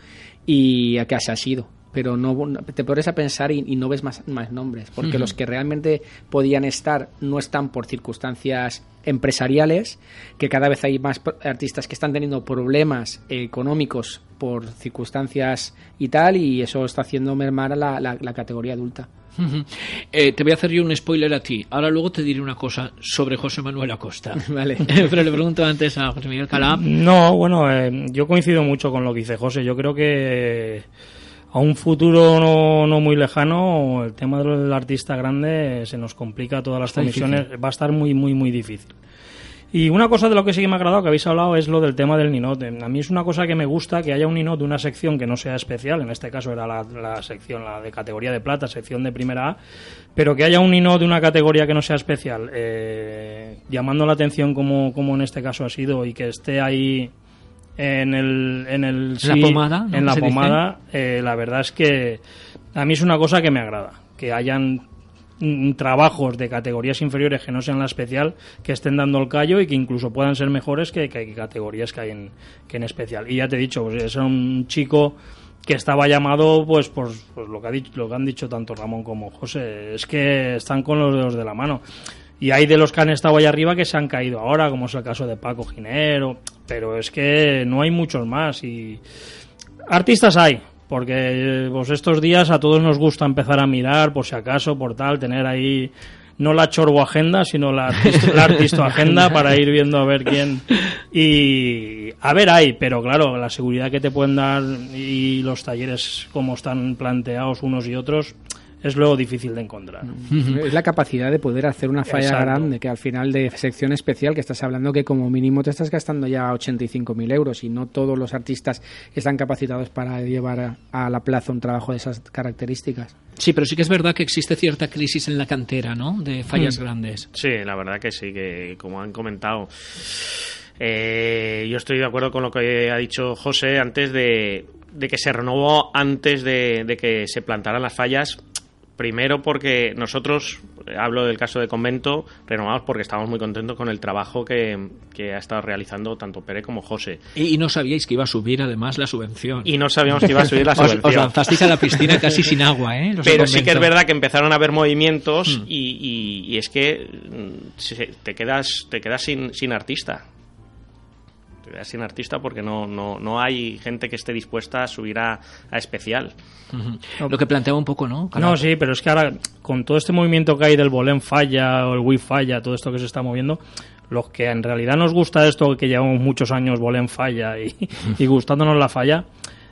y a que se ha sido. Pero no te pones a pensar y, y no ves más, más nombres, porque Ujú. los que realmente podían estar no están por circunstancias empresariales, que cada vez hay más pro- artistas que están teniendo problemas eh, económicos por circunstancias y tal, y eso está haciendo mermar a la, la, la categoría adulta. Ujú. Eh, te voy a hacer yo un spoiler a ti. Ahora luego te diré una cosa sobre José Manuel Acosta. Vale. Pero le pregunto antes a José Miguel Calá. No, bueno, eh, yo coincido mucho con lo que dice José. Yo creo que a un futuro no, no muy lejano el tema del artista grande se nos complica a todas las Está comisiones. difícil. Va a estar muy, muy, muy difícil. Y una cosa de lo que sí que me ha agradado, que habéis hablado, es lo del tema del ninot. A mí es una cosa que me gusta, que haya un ninot de una sección que no sea especial, en este caso era la, la sección la de categoría de plata, sección de primera A, pero que haya un ninot de una categoría que no sea especial, eh, llamando la atención como, como en este caso ha sido, y que esté ahí en el en el La sí, pomada, ¿no? en la ¿Se dice? pomada, eh, la verdad es que a mí es una cosa que me agrada, que hayan mm, trabajos de categorías inferiores que no sean la especial, que estén dando el callo y que incluso puedan ser mejores que, que categorías que hay en, que en especial. Y ya te he dicho, pues es un chico que estaba llamado pues, pues, pues lo, que ha dicho, lo que han dicho tanto Ramón como José, es que están con los dedos de la mano. Y hay de los que han estado ahí arriba que se han caído ahora, como es el caso de Paco Ginero, pero es que no hay muchos más. Y artistas hay, porque pues estos días a todos nos gusta empezar a mirar, por si acaso, por tal, tener ahí no la chorbo agenda, sino la artista, la artisto agenda para ir viendo a ver quién. Y a ver, hay, pero claro, la seguridad que te pueden dar y los talleres como están planteados unos y otros es luego difícil de encontrar. Es la capacidad de poder hacer una falla Exacto. grande, que al final de sección especial, que estás hablando que como mínimo te estás gastando ya ochenta y cinco mil euros y no todos los artistas están capacitados para llevar a, a la plaza un trabajo de esas características. Sí, pero sí que es verdad que existe cierta crisis en la cantera, ¿no? De fallas Mm. grandes. Sí, la verdad que sí, que como han comentado, eh, yo estoy de acuerdo con lo que ha dicho José antes de, de que se renovó antes de, de que se plantaran las fallas. Primero porque nosotros hablo del caso de Convento, renovamos porque estamos muy contentos con el trabajo que, que ha estado realizando tanto Pere como José. Y, y no sabíais que iba a subir además la subvención. Y no sabíamos que iba a subir la subvención. Os, os lanzasteis a la piscina casi sin agua, ¿eh? Los Pero sí que es verdad que empezaron a haber movimientos mm. y, y, y es que te quedas, te quedas sin, sin artista. Sin artista porque no, no, no hay gente que esté dispuesta a subir a, a especial. Uh-huh. Lo que planteaba un poco, ¿no? Claro. No, sí, pero es que ahora con todo este movimiento que hay del Bolén falla o el Wii falla, todo esto que se está moviendo, los que en realidad nos gusta esto, que llevamos muchos años Bolén falla y, y gustándonos la falla,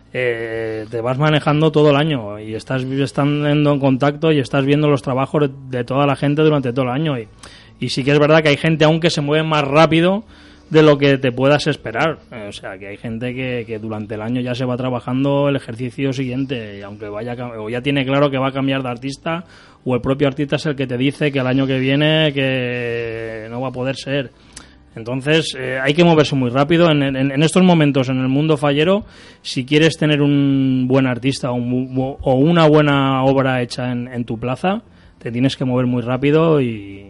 eh, te vas manejando todo el año y estás estando en contacto y estás viendo los trabajos de toda la gente durante todo el año y, y sí que es verdad que hay gente aún que se mueve más rápido de lo que te puedas esperar. O sea, que hay gente que, que durante el año ya se va trabajando el ejercicio siguiente y aunque vaya o ya tiene claro que va a cambiar de artista o el propio artista es el que te dice que el año que viene que no va a poder ser. Entonces eh, hay que moverse muy rápido. En, en, en estos momentos en el mundo fallero, si quieres tener un buen artista o, un, o una buena obra hecha en, en tu plaza, te tienes que mover muy rápido y,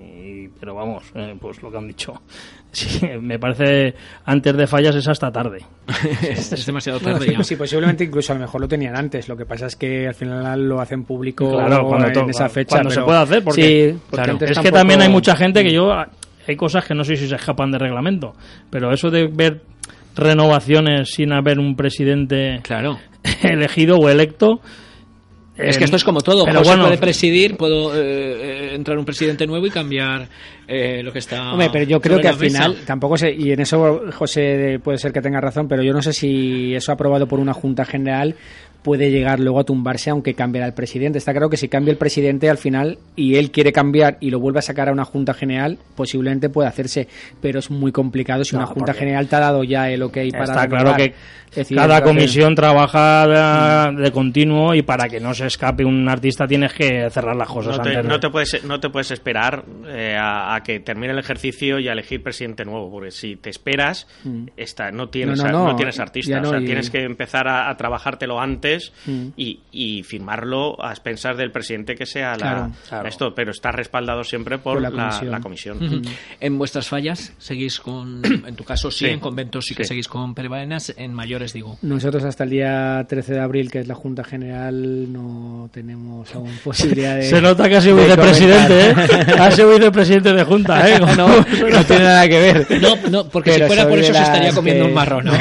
y pero vamos, eh, pues lo que han dicho. Sí, me parece antes de fallas es hasta tarde. es, es demasiado tarde bueno, ya. Sí, posiblemente incluso a lo mejor lo tenían antes. Lo que pasa es que al final lo hacen público claro, cuando en to- esa fecha. Cuando pero... se puede hacer, porque, sí, porque claro, antes es tampoco... que también hay mucha gente que yo... Hay cosas que no sé si se escapan de reglamento, pero eso de ver renovaciones sin haber un presidente claro. elegido o electo... Es que esto es como todo. Pero José bueno, puede presidir, puedo eh, entrar un presidente nuevo y cambiar eh, lo que está. Hombre, pero yo creo que al mesa. final tampoco sé, y en eso José puede ser que tenga razón, pero yo no sé si eso aprobado por una Junta General puede llegar luego a tumbarse aunque cambiara el presidente. Está claro que si cambia el presidente al final y él quiere cambiar y lo vuelve a sacar a una Junta General, posiblemente puede hacerse, pero es muy complicado si no, una Junta General te ha dado ya el ok para está renovar. Claro que decir, cada comisión hacer... trabaja de, de continuo y para que no se escape un artista tienes que cerrar las cosas no te, antes de... no te puedes no te puedes esperar eh, a, a que termine el ejercicio y a elegir presidente nuevo, porque si te esperas mm. esta, no tienes no, no, no, no tienes artista, no, o sea, y... tienes que empezar a, a trabajártelo antes mm. y, y firmarlo a expensas del presidente que sea la, claro, claro. esto, pero está respaldado siempre por, por la, la comisión, la comisión. Uh-huh. En vuestras fallas seguís con, en tu caso sí, sí. en conventos sí, sí que seguís con Pere Baenas, en mayores digo. Nosotros hasta el día trece de abril, que es la Junta General, no tenemos aún posibilidad de... Se nota que ha sido vicepresidente, ¿eh? Ha sido vicepresidente de Junta, ¿eh? No, no tiene nada que ver. No, no porque pero si fuera por eso se estaría comiendo que... un marrón. ¿no?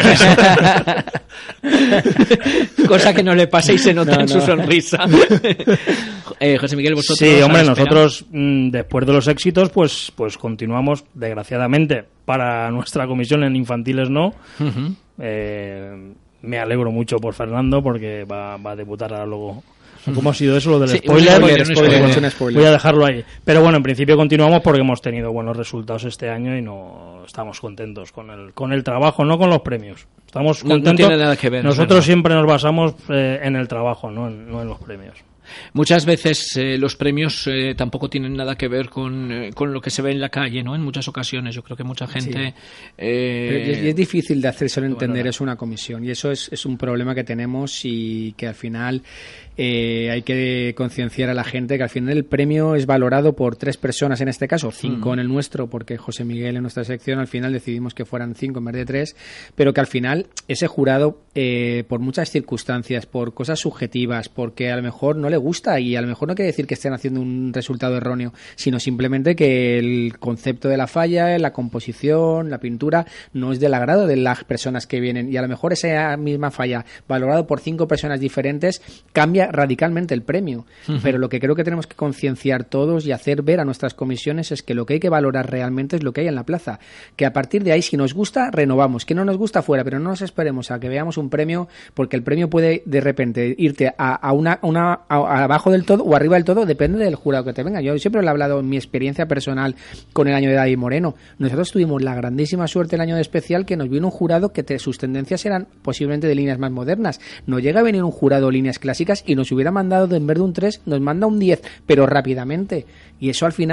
Cosa que no le pasa y se nota no, en no. su sonrisa. eh, José Miguel, vosotros... Sí, hombre, nosotros mmm, después de los éxitos, pues, pues continuamos, desgraciadamente, para nuestra comisión en infantiles no. Uh-huh. Eh, me alegro mucho por Fernando porque va, va a debutar ahora luego. ¿Cómo ha sido eso lo del sí, spoiler? spoiler, spoiler, spoiler. spoiler? Voy a dejarlo ahí. Pero bueno, en principio continuamos porque hemos tenido buenos resultados este año y no estamos contentos con el con el trabajo, no con los premios. Estamos contentos. No, no tiene nada que ver. Nosotros siempre nos basamos eh, en el trabajo, no en, no en los premios. Muchas veces eh, los premios eh, tampoco tienen nada que ver con, eh, con lo que se ve en la calle, ¿no? En muchas ocasiones yo creo que mucha gente... Sí. Eh, es, es difícil de hacérselo entender, bueno, es una comisión y eso es, es un problema que tenemos y que al final eh, hay que concienciar a la gente que al final el premio es valorado por tres personas en este caso, cinco mm. en el nuestro, porque José Miguel en nuestra sección al final decidimos que fueran cinco en vez de tres, pero que al final ese jurado eh, por muchas circunstancias, por cosas subjetivas, porque a lo mejor no le gusta y a lo mejor no quiere decir que estén haciendo un resultado erróneo, sino simplemente que el concepto de la falla, la composición, la pintura no es del agrado de las personas que vienen y a lo mejor esa misma falla valorado por cinco personas diferentes cambia radicalmente el premio, uh-huh. pero lo que creo que tenemos que concienciar todos y hacer ver a nuestras comisiones es que lo que hay que valorar realmente es lo que hay en la plaza, que a partir de ahí si nos gusta renovamos, que no nos gusta fuera, pero no nos esperemos a que veamos un premio porque el premio puede de repente irte a, a una, una a, abajo del todo o arriba del todo, depende del jurado que te venga. Yo siempre lo he hablado en mi experiencia personal con el año de David Moreno. Nosotros tuvimos la grandísima suerte el año de especial que nos vino un jurado que te, sus tendencias eran posiblemente de líneas más modernas. No llega a venir un jurado de líneas clásicas y nos hubiera mandado, en vez de un tres, nos manda un diez, pero rápidamente. Y eso al final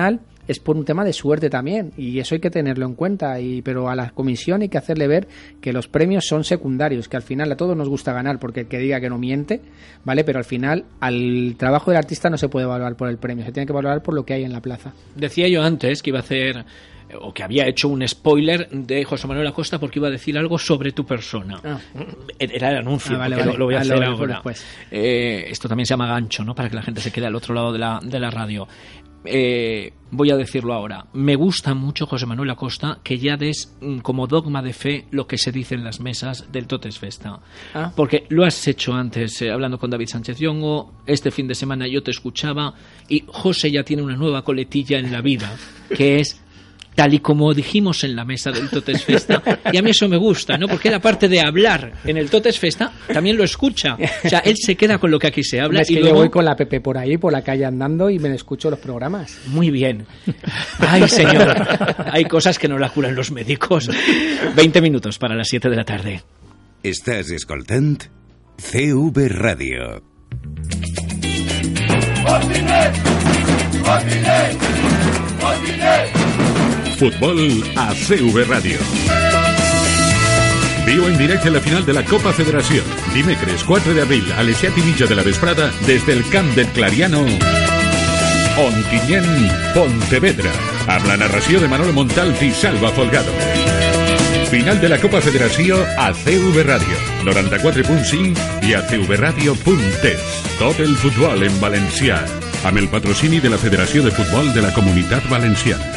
es por un tema de suerte también, y eso hay que tenerlo en cuenta, y pero a la comisión hay que hacerle ver que los premios son secundarios, que al final a todos nos gusta ganar, porque el que diga que no miente, ¿vale? Pero al final al trabajo del artista no se puede valorar por el premio, se tiene que valorar por lo que hay en la plaza. Decía yo antes que iba a hacer, o que había hecho un spoiler de José Manuel Acosta porque iba a decir algo sobre tu persona. Ah. Era el anuncio, ah, vale, vale. Lo, lo voy a ah, hacer lo ahora. Eh, esto también se llama gancho, ¿no? Para que la gente se quede al otro lado de la, de la radio. Eh, voy a decirlo ahora. Me gusta mucho, José Manuel Acosta, que ya des como dogma de fe lo que se dice en las mesas del Totes Festa. Ah. Porque lo has hecho antes, eh, hablando con David Sánchez Yongo. Este fin de semana yo te escuchaba y José ya tiene una nueva coletilla en la vida, que es tal y como dijimos en la mesa del Totes Festa, y a mí eso me gusta, ¿no? Porque él, aparte de hablar en el Totes Festa, también lo escucha. O sea, él se queda con lo que aquí se habla. Es que y luego... yo voy con la Pepe por ahí, por la calle andando, y me escucho los programas. Muy bien. Ay, señor, hay cosas que no la curan los médicos. veinte minutos para las siete de la tarde. Estàs escoltant C V Radio. Futbol a C V Radio. Viu en directe la final de la Copa Federació. Dimecres quatre d'abril a les set i mitja de la vesprada des del camp del Clariano, Ontinyent, Pontevedra, amb la narració de Manolo Montalt i Salva Folgado. Final de la Copa Federació a C V Radio, noranta-quatre punt cinc i a c v radio punt es. Tot el futbol en valencià, amb el patrocini de la Federació de Futbol de la Comunitat Valenciana.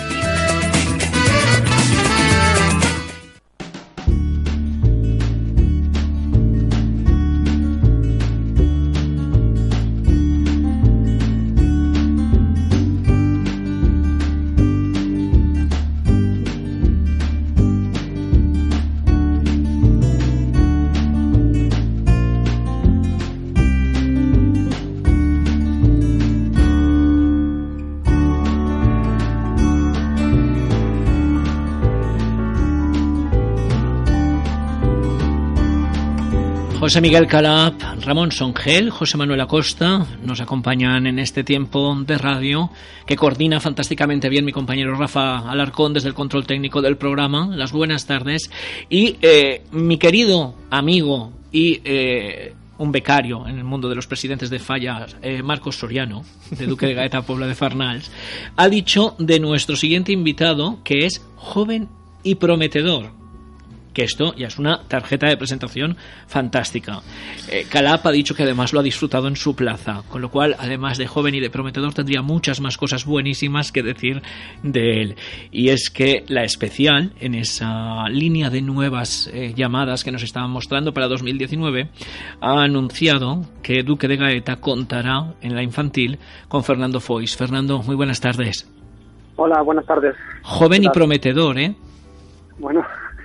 José Miguel Calab, Ramón Songel, José Manuel Acosta nos acompañan en este tiempo de radio que coordina fantásticamente bien mi compañero Rafa Alarcón desde el control técnico del programa. Las buenas tardes. Y eh, mi querido amigo y eh, un becario en el mundo de los presidentes de fallas, eh, Marcos Soriano, de Duque de Gaeta, Puebla de Farnals, ha dicho de nuestro siguiente invitado que es joven y prometedor. Que esto ya es una tarjeta de presentación fantástica. Eh, Calab ha dicho que además lo ha disfrutado en su plaza, con lo cual, además de joven y de prometedor, tendría muchas más cosas buenísimas que decir de él. Y es que la especial, en esa línea de nuevas eh, llamadas que nos estaban mostrando para dos mil diecinueve, ha anunciado que Duque de Gaeta contará en la infantil con Fernando Foix. Fernando, muy buenas tardes. Hola, buenas tardes. Joven y prometedor, ¿eh? Bueno...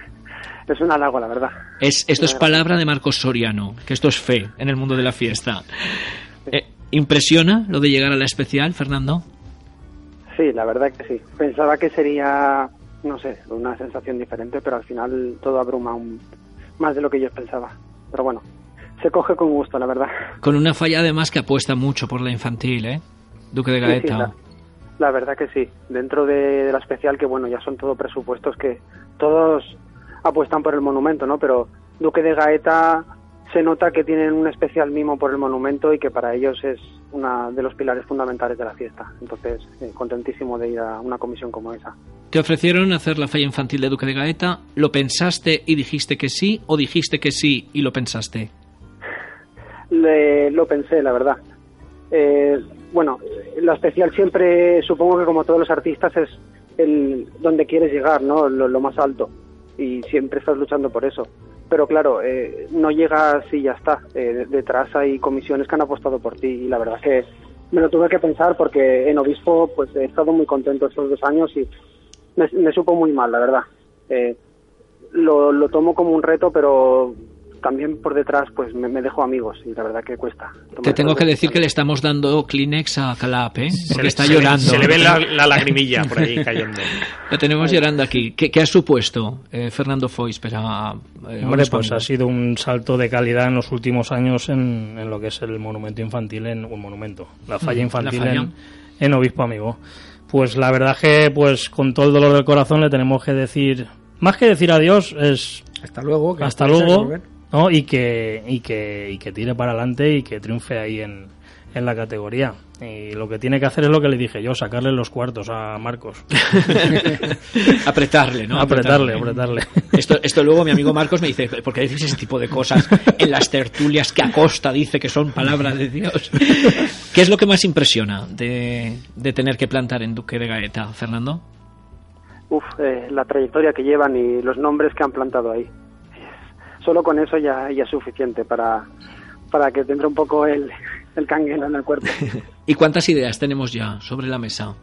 es un halago, la verdad. Es, esto es palabra de Marcos Soriano, que esto es fe en el mundo de la fiesta. Eh, ¿Impresiona lo de llegar a la especial, Fernando? Sí, la verdad que sí. Pensaba que sería, no sé, una sensación diferente, pero al final todo abruma un, más de lo que yo pensaba. Pero bueno, se coge con gusto, la verdad. Con una falla además que apuesta mucho por la infantil, ¿eh? Duque de Gaeta. Sí, sí, la, la verdad que sí. Dentro de, de la especial, que bueno, ya son todos presupuestos que todos... apuestan por el monumento, ¿no? Pero Duque de Gaeta se nota que tienen un especial mimo por el monumento y que para ellos es uno de los pilares fundamentales de la fiesta. Entonces, eh, contentísimo de ir a una comisión como esa. ¿Te ofrecieron hacer la falla infantil de Duque de Gaeta? ¿Lo pensaste y dijiste que sí? ¿O dijiste que sí y lo pensaste? Le, lo pensé, la verdad. Eh, bueno, la especial siempre, supongo que como todos los artistas, es el donde quieres llegar, ¿no? Lo, lo más alto. Y siempre estás luchando por eso. Pero claro, eh, no llegas y ya está. Eh, detrás hay comisiones que han apostado por ti y la verdad es que me lo tuve que pensar porque en Obispo pues he estado muy contento estos dos años y me, me supo muy mal, la verdad. Eh, lo, lo tomo como un reto, pero también por detrás pues me, me dejo amigos y la verdad que cuesta. Te tengo que decir que le estamos dando Kleenex a Calab, ¿eh? Porque está llorando. Se le ve la, la lagrimilla por ahí cayendo. La tenemos llorando aquí. ¿Qué, qué ha supuesto eh, Fernando Foix para eh, Hombre, pues ha sido un salto de calidad en los últimos años en, en lo que es el monumento infantil, en un monumento, la falla infantil la falla. En, en Obispo Amigo. Pues la verdad que, pues con todo el dolor del corazón le tenemos que decir, más que decir adiós, es hasta luego, que hasta luego, ¿no? Y que y que y que tire para adelante y que triunfe ahí en, en la categoría. Y lo que tiene que hacer es lo que le dije yo, sacarle los cuartos a Marcos. Apretarle, ¿no? Apretarle, apretarle. Esto, esto luego mi amigo Marcos me dice, ¿por qué dices ese tipo de cosas en las tertulias que Acosta dice que son palabras de Dios? ¿Qué es lo que más impresiona de, de tener que plantar en Duque de Gaeta, Fernando? Uf, eh, la trayectoria que llevan y los nombres que han plantado ahí. Solo con eso ya, ya es suficiente para, para que te entre un poco el, el canguelo en el cuerpo. ¿Y cuántas ideas tenemos ya sobre la mesa?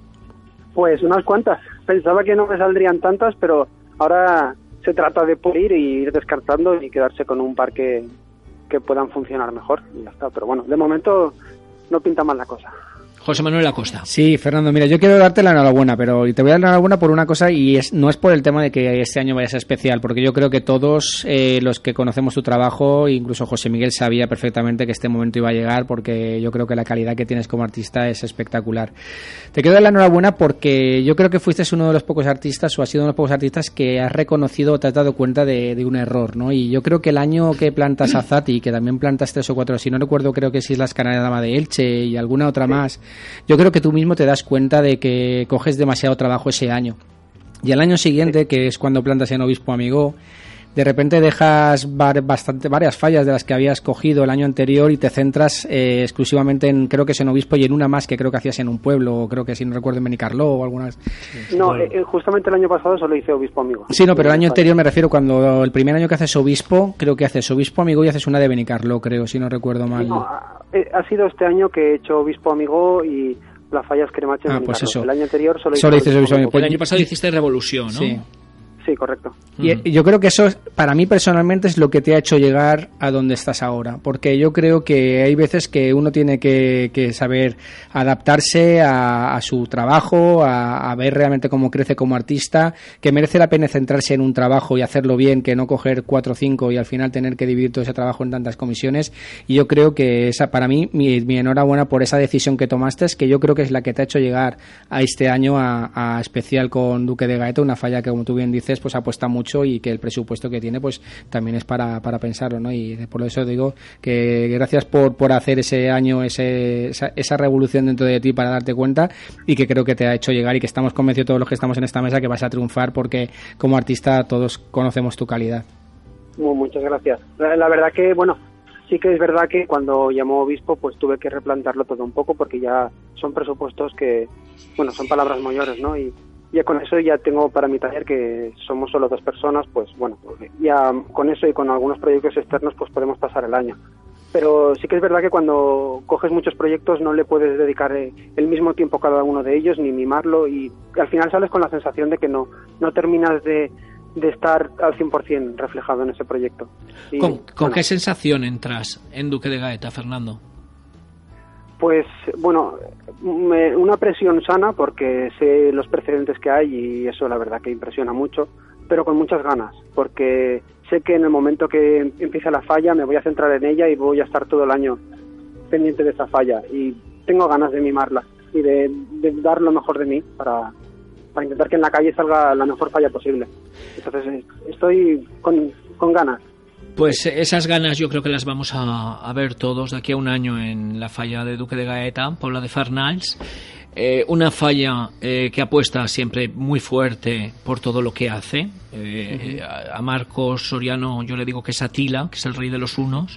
Pues unas cuantas. Pensaba que no me saldrían tantas, pero ahora se trata de pulir y ir descartando y quedarse con un par que, que puedan funcionar mejor. Y ya está. Pero bueno, de momento no pinta mal la cosa. José Manuel Acosta. Sí, Fernando, mira, yo quiero darte la enhorabuena, pero te voy a dar la enhorabuena por una cosa y es, no es por el tema de que este año vaya a ser especial, porque yo creo que todos eh, los que conocemos tu trabajo, incluso José Miguel sabía perfectamente que este momento iba a llegar, porque yo creo que la calidad que tienes como artista es espectacular. Te quiero dar la enhorabuena porque yo creo que fuiste uno de los pocos artistas, o has sido uno de los pocos artistas que has reconocido o te has dado cuenta de, de un error, ¿no? Y yo creo que el año que plantas a Zati, que también plantas tres o cuatro, si no recuerdo, creo que es Islas Canarias Dama de Elche y alguna otra sí. más, yo creo que tú mismo te das cuenta de que coges demasiado trabajo ese año. Y al año siguiente, que es cuando plantas en Obispo Amigo, de repente dejas bastante, varias fallas de las que habías cogido el año anterior y te centras eh, exclusivamente en, creo que es en Obispo y en una más que creo que hacías en un pueblo, o creo que si no recuerdo en Benicarló o algunas. No, bueno. eh, justamente el año pasado solo hice Obispo Amigo. Sí, no, pero el año anterior me refiero cuando el primer año que haces Obispo, creo que haces Obispo Amigo y haces una de Benicarló, creo, si no recuerdo mal. No, ha, ha sido este año que he hecho Obispo Amigo y la falla es Cremache en ah, pues eso. El año anterior solo, solo hice Obispo Amigo. El año pasado hiciste Revolución, ¿no? Sí. Sí, correcto. Y uh-huh. yo creo que eso, para mí personalmente, es lo que te ha hecho llegar a donde estás ahora. Porque yo creo que hay veces que uno tiene que, que saber adaptarse a, a su trabajo, a, a ver realmente cómo crece como artista, que merece la pena centrarse en un trabajo y hacerlo bien, que no coger cuatro o cinco y al final tener que dividir todo ese trabajo en tantas comisiones. Y yo creo que esa, para mí, mi, mi enhorabuena por esa decisión que tomaste, es que yo creo que es la que te ha hecho llegar a este año a, a especial con Duque de Gaeta, una falla que, como tú bien dices, pues apuesta mucho y que el presupuesto que tiene pues también es para, para pensarlo, ¿no? Y por eso digo que gracias por, por hacer ese año ese, esa, esa revolución dentro de ti para darte cuenta, y que creo que te ha hecho llegar y que estamos convencidos todos los que estamos en esta mesa que vas a triunfar, porque como artista todos conocemos tu calidad. Muchas gracias. La, la verdad que, bueno, sí que es verdad que cuando llamó Obispo pues tuve que replantearlo todo un poco, porque ya son presupuestos que, bueno, son palabras mayores, ¿no? Y ya con eso ya tengo para mi taller, que somos solo dos personas, pues bueno, ya con eso y con algunos proyectos externos pues podemos pasar el año. Pero sí que es verdad que cuando coges muchos proyectos no le puedes dedicar el mismo tiempo a cada uno de ellos, ni mimarlo, y al final sales con la sensación de que no, no terminas de, de estar al cien por ciento reflejado en ese proyecto. Y, ¿Con, ¿con bueno, qué sensación entras en Duque de Gaeta, Fernando? Pues, bueno, me, una presión sana, porque sé los precedentes que hay y eso la verdad que impresiona mucho, pero con muchas ganas, porque sé que en el momento que empiece la falla me voy a centrar en ella y voy a estar todo el año pendiente de esa falla, y tengo ganas de mimarla y de, de dar lo mejor de mí para, para intentar que en la calle salga la mejor falla posible. Entonces estoy con, con ganas. Pues esas ganas yo creo que las vamos a, a ver todos de aquí a un año en la falla de Duque de Gaeta, Pobla de Farnals. Eh, una falla eh, que apuesta siempre muy fuerte por todo lo que hace. Eh, uh-huh. a, a Marcos Soriano yo le digo que es Atila, que es el rey de los unos.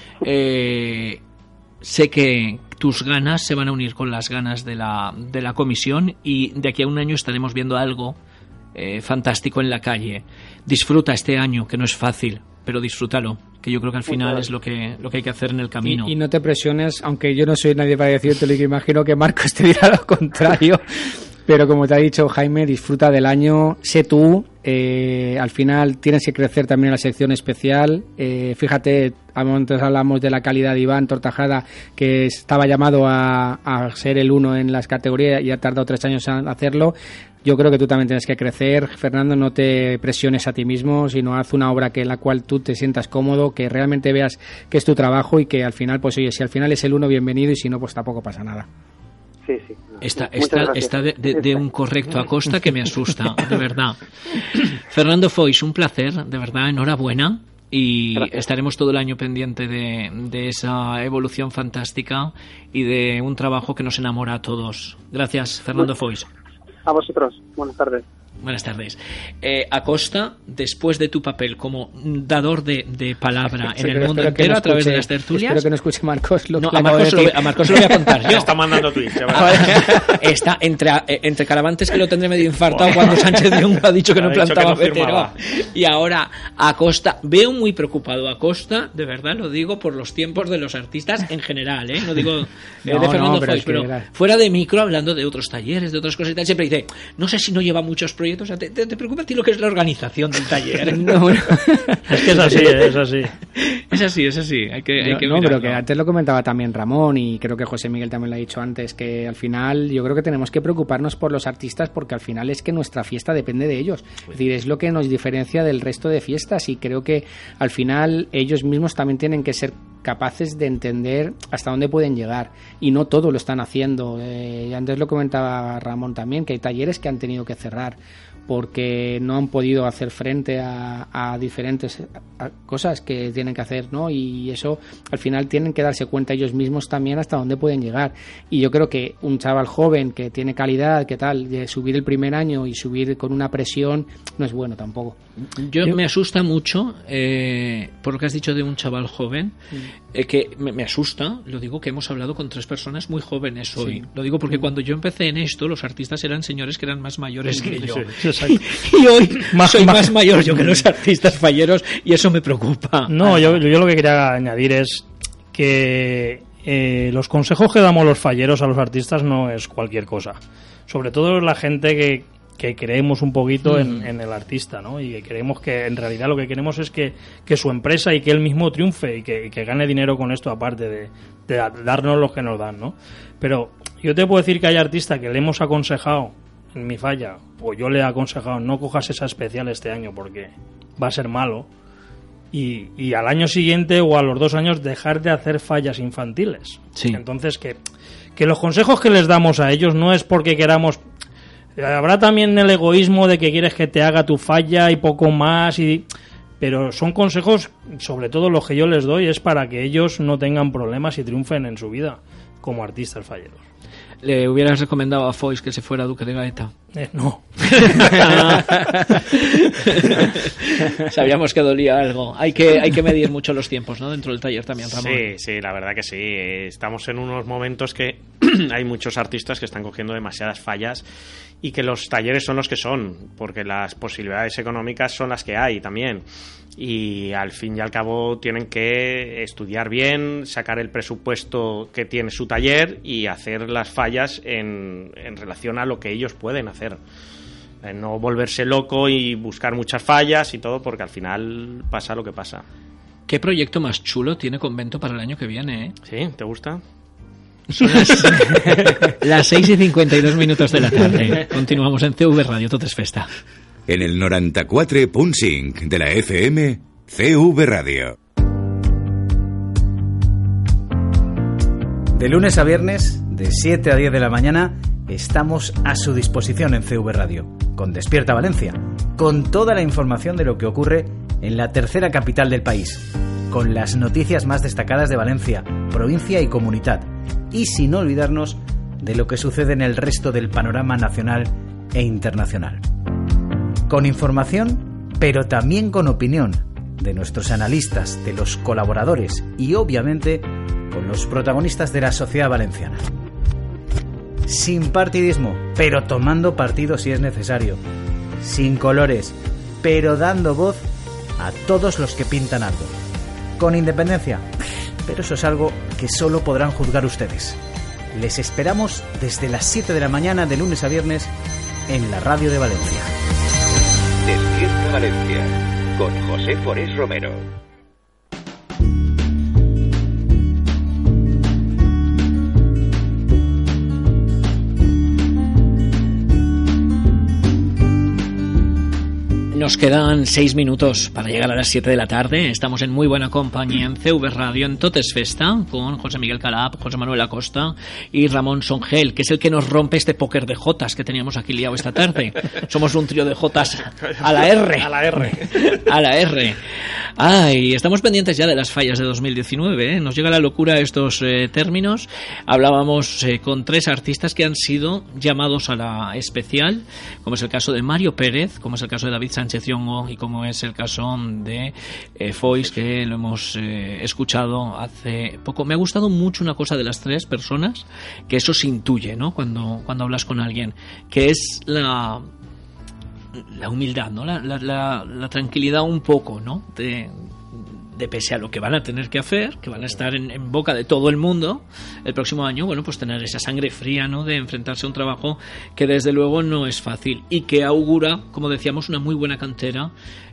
Eh, sé que tus ganas se van a unir con las ganas de la, de la comisión, y de aquí a un año estaremos viendo algo eh, fantástico en la calle. Disfruta este año, que no es fácil, pero disfrútalo, que yo creo que al final es lo que lo que hay que hacer en el camino. Y, y no te presiones, aunque yo no soy nadie para decirte, lo que imagino que Marcos te dirá lo contrario, pero como te ha dicho Jaime, disfruta del año, sé tú, eh, al final tienes que crecer también en la sección especial. Eh, fíjate, a momentos hablamos de la calidad de Iván Tortajada, que estaba llamado a, a ser el uno en las categorías y ha tardado tres años en hacerlo. Yo creo que tú también tienes que crecer, Fernando, no te presiones a ti mismo, sino haz una obra que en la cual tú te sientas cómodo, que realmente veas que es tu trabajo y que al final, pues oye, si al final es el uno, bienvenido, y si no, pues tampoco pasa nada. Sí, sí. Está, Muchas está, gracias. está de, de, de un correcto Acosta que me asusta, de verdad. Fernando Foix, un placer, de verdad, enhorabuena. Y Gracias. Estaremos todo el año pendiente de, de esa evolución fantástica y de un trabajo que nos enamora a todos. Gracias, Fernando Foix. A vosotros. Buenas tardes. Buenas tardes. Eh, Acosta, después de tu papel como dador de, de palabra en el mundo entero no escuche, a través de las tertulias... Espero que no escuche Marcos lo no, que a Marcos, lo, a Marcos lo voy a contar yo. Está mandando tweets. Está entre, entre Caravantes, que lo tendré medio infartado cuando Sánchez de Unga ha dicho que no plantaba Vetero. Y ahora Acosta. Veo muy preocupado a Acosta, de verdad lo digo, por los tiempos de los artistas en general, ¿eh? No digo eh, no, de Fernando no, Foix, pero, pero fuera de micro, hablando de otros talleres, de otras cosas y tal, siempre dice, no sé si no lleva muchos proyectos. O sea, te, te, te preocupa a ti lo que es la organización del taller. No, no. Es que es así, es así. Es así, es así. Hay que, hay que no, pero que antes lo comentaba también Ramón y creo que José Miguel también lo ha dicho antes, que al final yo creo que tenemos que preocuparnos por los artistas porque al final es que nuestra fiesta depende de ellos. Es decir, es lo que nos diferencia del resto de fiestas y creo que al final ellos mismos también tienen que ser capaces de entender hasta dónde pueden llegar y no todo lo están haciendo. Eh, antes lo comentaba Ramón también, que hay talleres que han tenido que cerrar porque no han podido hacer frente a, a diferentes a cosas que tienen que hacer, ¿no? Y eso al final tienen que darse cuenta ellos mismos también hasta dónde pueden llegar. Y yo creo que un chaval joven que tiene calidad, que tal, de subir el primer año y subir con una presión no es bueno tampoco. Yo, yo me asusta mucho eh, por lo que has dicho de un chaval joven, eh, que me, me asusta, lo digo, que hemos hablado con tres personas muy jóvenes hoy. Sí. Lo digo porque cuando yo empecé en esto, los artistas eran señores que eran más mayores que yo. Sí, y, y hoy más, soy más, más mayor yo que los artistas falleros y eso me preocupa. No, yo, yo lo que quería añadir es que eh, los consejos que damos los falleros a los artistas no es cualquier cosa. Sobre todo la gente que, que creemos un poquito mm. en, en el artista, ¿no? Y que creemos que en realidad lo que queremos es que, que su empresa y que él mismo triunfe y que, y que gane dinero con esto aparte de, de darnos lo que nos dan, ¿no? Pero yo te puedo decir que hay artistas que le hemos aconsejado en mi falla, o yo le he aconsejado no cojas esa especial este año porque va a ser malo y, y al año siguiente o a los dos años dejar de hacer fallas infantiles. Sí. Entonces que, que los consejos que les damos a ellos no es porque queramos, habrá también el egoísmo de que quieres que te haga tu falla y poco más, y pero son consejos, sobre todo los que yo les doy es para que ellos no tengan problemas y triunfen en su vida como artistas falleros. ¿Le hubieras recomendado a Foix que se fuera Duque de Gaeta? Eh, no. Sabíamos que dolía algo. Hay que, hay que medir mucho los tiempos, ¿no? Dentro del taller también, Ramón. Sí, sí, la verdad que sí. Estamos en unos momentos que hay muchos artistas que están cogiendo demasiadas fallas y que los talleres son los que son, porque las posibilidades económicas son las que hay también. Y al fin y al cabo tienen que estudiar bien, sacar el presupuesto que tiene su taller y hacer las fallas en, en relación a lo que ellos pueden hacer. Eh, no volverse loco y buscar muchas fallas y todo, porque al final pasa lo que pasa. ¿Qué proyecto más chulo tiene Convento para el año que viene, eh? ¿Sí? ¿Te gusta? Son las, las seis y cincuenta y dos minutos de la tarde. Continuamos en C V Radio, tot és festa. En el noranta-quatre punt cinc de la F M, C V Radio. De lunes a viernes, de siete a diez de la mañana, estamos a su disposición en C V Radio, con Despierta Valencia, con toda la información de lo que ocurre en la tercera capital del país, con las noticias más destacadas de Valencia, provincia y comunidad, y sin olvidarnos de lo que sucede en el resto del panorama nacional e internacional. Con información, pero también con opinión de nuestros analistas, de los colaboradores y obviamente con los protagonistas de la sociedad valenciana. Sin partidismo, pero tomando partido si es necesario. Sin colores, pero dando voz a todos los que pintan algo. Con independencia, pero eso es algo que solo podrán juzgar ustedes. Les esperamos desde las siete de la mañana de lunes a viernes en la Radio de Valencia. Despierta Valencia, con José Forés Romero. Nos quedan seis minutos para llegar a las siete de la tarde. Estamos en muy buena compañía en C V Radio, en Totes Festa, con José Miguel Calab, José Manuel Acosta y Ramón Songel, que es el que nos rompe este póker de jotas que teníamos aquí liado esta tarde. Somos un trío de jotas a la R. A la R. A la R. Ay, estamos pendientes ya de las fallas de dos mil diecinueve, ¿eh? Nos llega la locura estos eh, términos. Hablábamos eh, con tres artistas que han sido llamados a la especial, como es el caso de Mario Pérez, como es el caso de David Sánchez Yongo y como es el caso de eh, Foix, que lo hemos eh, escuchado hace poco. Me ha gustado mucho una cosa de las tres personas, que eso se intuye, ¿no? Cuando, cuando hablas con alguien, que es la... la humildad, ¿no? La, la, la, la tranquilidad un poco, ¿no? De, de pese a lo que van a tener que hacer, que van a estar en, en boca de todo el mundo el próximo año, bueno, pues tener esa sangre fría, ¿no? De enfrentarse a un trabajo que desde luego no es fácil y que augura, como decíamos, una muy buena cantera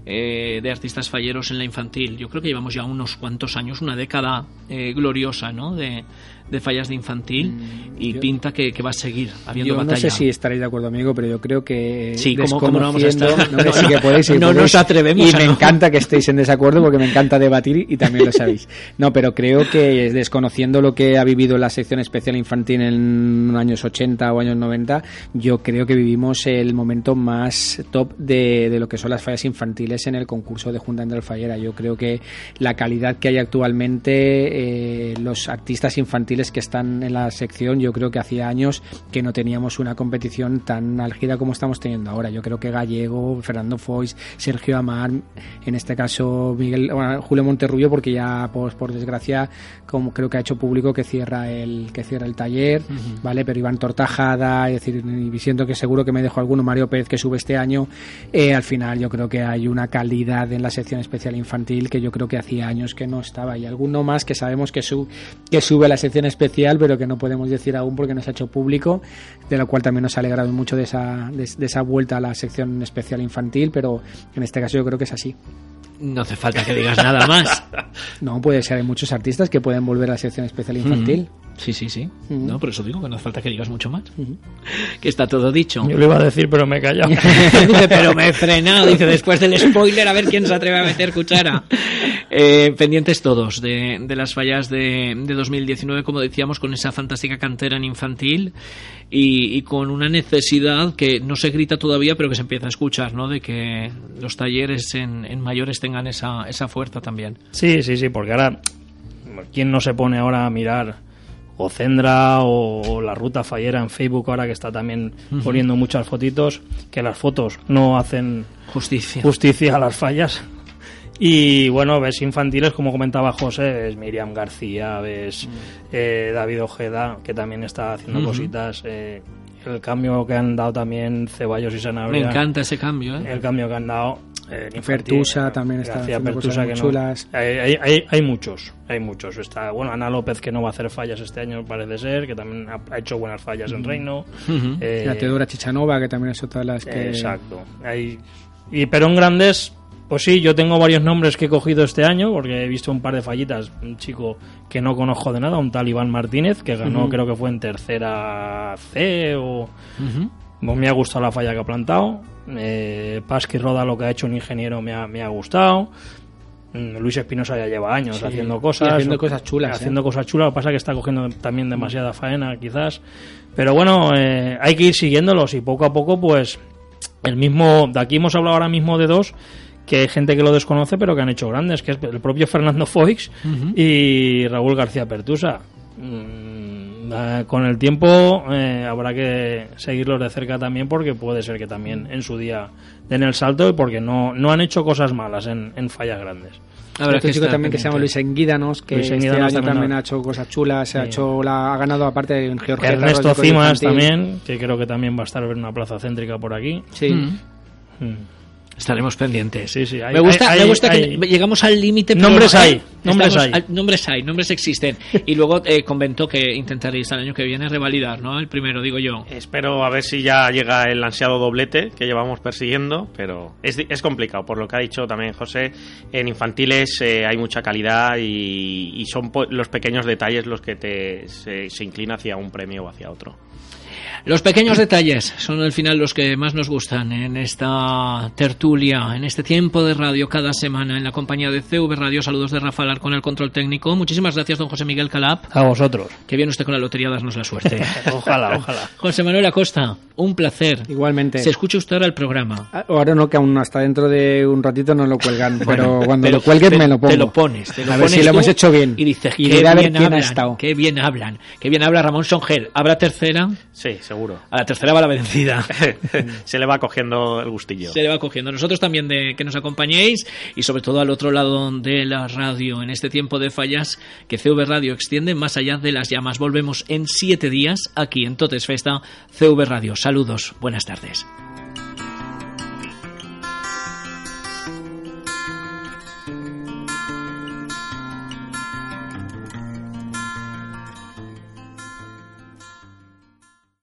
eh, de artistas falleros en la infantil. Yo creo que llevamos ya unos cuantos años, una década eh, gloriosa, ¿no? De, de fallas de infantil y yo, pinta que, que va a seguir habiendo yo batalla. No sé si estaréis de acuerdo, amigo, pero yo creo que sí, ¿cómo, cómo no vamos a estar? No, no, sí que podéis, sí que no podéis, nos atrevemos y me no. encanta que estéis en desacuerdo porque me encanta debatir y también lo sabéis. No, pero creo que desconociendo lo que ha vivido la sección especial infantil en años ochenta o años noventa, yo creo que vivimos el momento más top de, de lo que son las fallas infantiles en el concurso de Junta Andal Fallera. Yo creo que la calidad que hay actualmente, eh, los artistas infantiles que están en la sección, yo creo que hacía años que no teníamos una competición tan álgida como estamos teniendo ahora. Yo creo que Gallego, Fernando Foix, Sergio Amar, en este caso Miguel, bueno, Julio Monterrubio, porque ya por, por desgracia, como creo que ha hecho público que cierra el que cierra el taller, uh-huh. Vale, pero Iván Tortajada, es decir, y siento que seguro que me dejo alguno, Mario Pérez, que sube este año, eh, al final yo creo que hay una calidad en la sección especial infantil que yo creo que hacía años que no estaba, y alguno más que sabemos que, sub, que sube a la sección especial, pero que no podemos decir aún porque no se ha hecho público, de lo cual también nos ha alegrado mucho de esa, de, de esa vuelta a la sección especial infantil, pero en este caso yo creo que es así. No hace falta que digas nada más. No, puede ser, hay muchos artistas que pueden volver a la sección especial infantil. Mm-hmm. Sí, sí, sí. Mm-hmm. No, por eso digo que no hace falta que digas mucho más. Mm-hmm. Que está todo dicho. Yo lo iba a decir, pero me he callado. Dice, pero me he frenado. Dice, después del spoiler, a ver quién se atreve a meter cuchara. Eh, pendientes todos de, de las fallas de, de dos mil diecinueve, como decíamos, con esa fantástica cantera en infantil y, y con una necesidad que no se grita todavía, pero que se empieza a escuchar, ¿no? De que los talleres en, en mayores tengan esa, esa fuerza también. Sí, sí, sí, porque ahora, ¿quién no se pone ahora a mirar o Cendra o la Ruta Fallera en Facebook, ahora que está también uh-huh. poniendo muchas fotitos, que las fotos no hacen justicia, justicia a las fallas? Y bueno, ves infantiles, como comentaba José, ves Miriam García, ves uh-huh. eh, David Ojeda, que también está haciendo uh-huh. cositas, eh, el cambio que han dado también Ceballos y Sanabria. Me encanta ese cambio, ¿eh? El cambio que han dado. Eh, Pertusa eh, también está haciendo Pertusa, cosas muy que chulas. No, hay, hay, hay muchos, hay muchos. Está, bueno, Ana López, que no va a hacer fallas este año, parece ser, que también ha, ha hecho buenas fallas uh-huh. en Reino. Uh-huh. Eh, la Teodora Chichanova, que también es otra de las que... Exacto. Hay, y, pero en grandes... Pues sí, yo tengo varios nombres que he cogido este año, porque he visto un par de fallitas. Un chico que no conozco de nada, un tal Iván Martínez, que ganó, uh-huh. creo que fue en tercera C, o... Uh-huh. Pues me ha gustado la falla que ha plantado. Eh, Pasqui Roda, lo que ha hecho un ingeniero, me ha, me ha gustado. Luis Espinosa ya lleva años sí, haciendo cosas. Haciendo cosas chulas. Haciendo ¿eh? cosas chulas, lo que pasa es que está cogiendo también demasiada faena, quizás. Pero bueno, eh, hay que ir siguiéndolos y poco a poco, pues, el mismo... De aquí hemos hablado ahora mismo de dos... que hay gente que lo desconoce pero que han hecho grandes, que es el propio Fernando Foix uh-huh. y Raúl García Pertusa. Mm, eh, con el tiempo eh, habrá que seguirlos de cerca también, porque puede ser que también en su día den el salto, y porque no, no han hecho cosas malas en, en fallas grandes. Habrá otro chico también pendiente. Que se llama Luis Enguídanos, que Luis Enguídanos este año también, también ha hecho cosas chulas, se sí. ha hecho la, ha ganado aparte en Georgia. Ernesto Cimas también, que creo que también va a estar en una plaza céntrica por aquí. Sí. Mm. Mm. Estaremos pendientes. Sí, sí, hay, me gusta, hay, me gusta hay, que hay, llegamos al límite. Nombres no, hay, nombres hay. Al, nombres hay, nombres existen. Y luego eh, comentó que intentaréis al año que viene revalidar, ¿no? El primero, digo yo. Espero a ver si ya llega el ansiado doblete que llevamos persiguiendo, pero es, es complicado, por lo que ha dicho también José. En infantiles eh, hay mucha calidad y, y son po- los pequeños detalles los que te se, se inclina hacia un premio o hacia otro. Los pequeños detalles son al final los que más nos gustan en esta tertulia, en este tiempo de radio cada semana en la compañía de C V Radio. Saludos de Rafa Alar con el control técnico. Muchísimas gracias, don José Miguel Calap. A vosotros. Que viene usted con la lotería a darnos la suerte. Ojalá, ojalá. José Manuel Acosta, un placer. Igualmente. Se escucha usted ahora el programa. Ahora no, que aún hasta dentro de un ratito no lo cuelgan, Bueno, pero cuando pero lo cuelguen te, me lo pongo. Te lo pones. Te lo a pones ver si lo tú hemos hecho bien. Y dices, y qué a ver bien quién hablan, ha estado. qué bien hablan. Qué bien habla Ramón Songel. ¿Habrá tercera? Sí, seguro. A la tercera va la vencida. Se le va cogiendo el gustillo. Se le va cogiendo. Nosotros también de que nos acompañéis y sobre todo al otro lado de la radio en este tiempo de fallas que C V Radio extiende más allá de las llamas. Volvemos en siete días aquí en Totes Festa, C V Radio. Saludos, buenas tardes.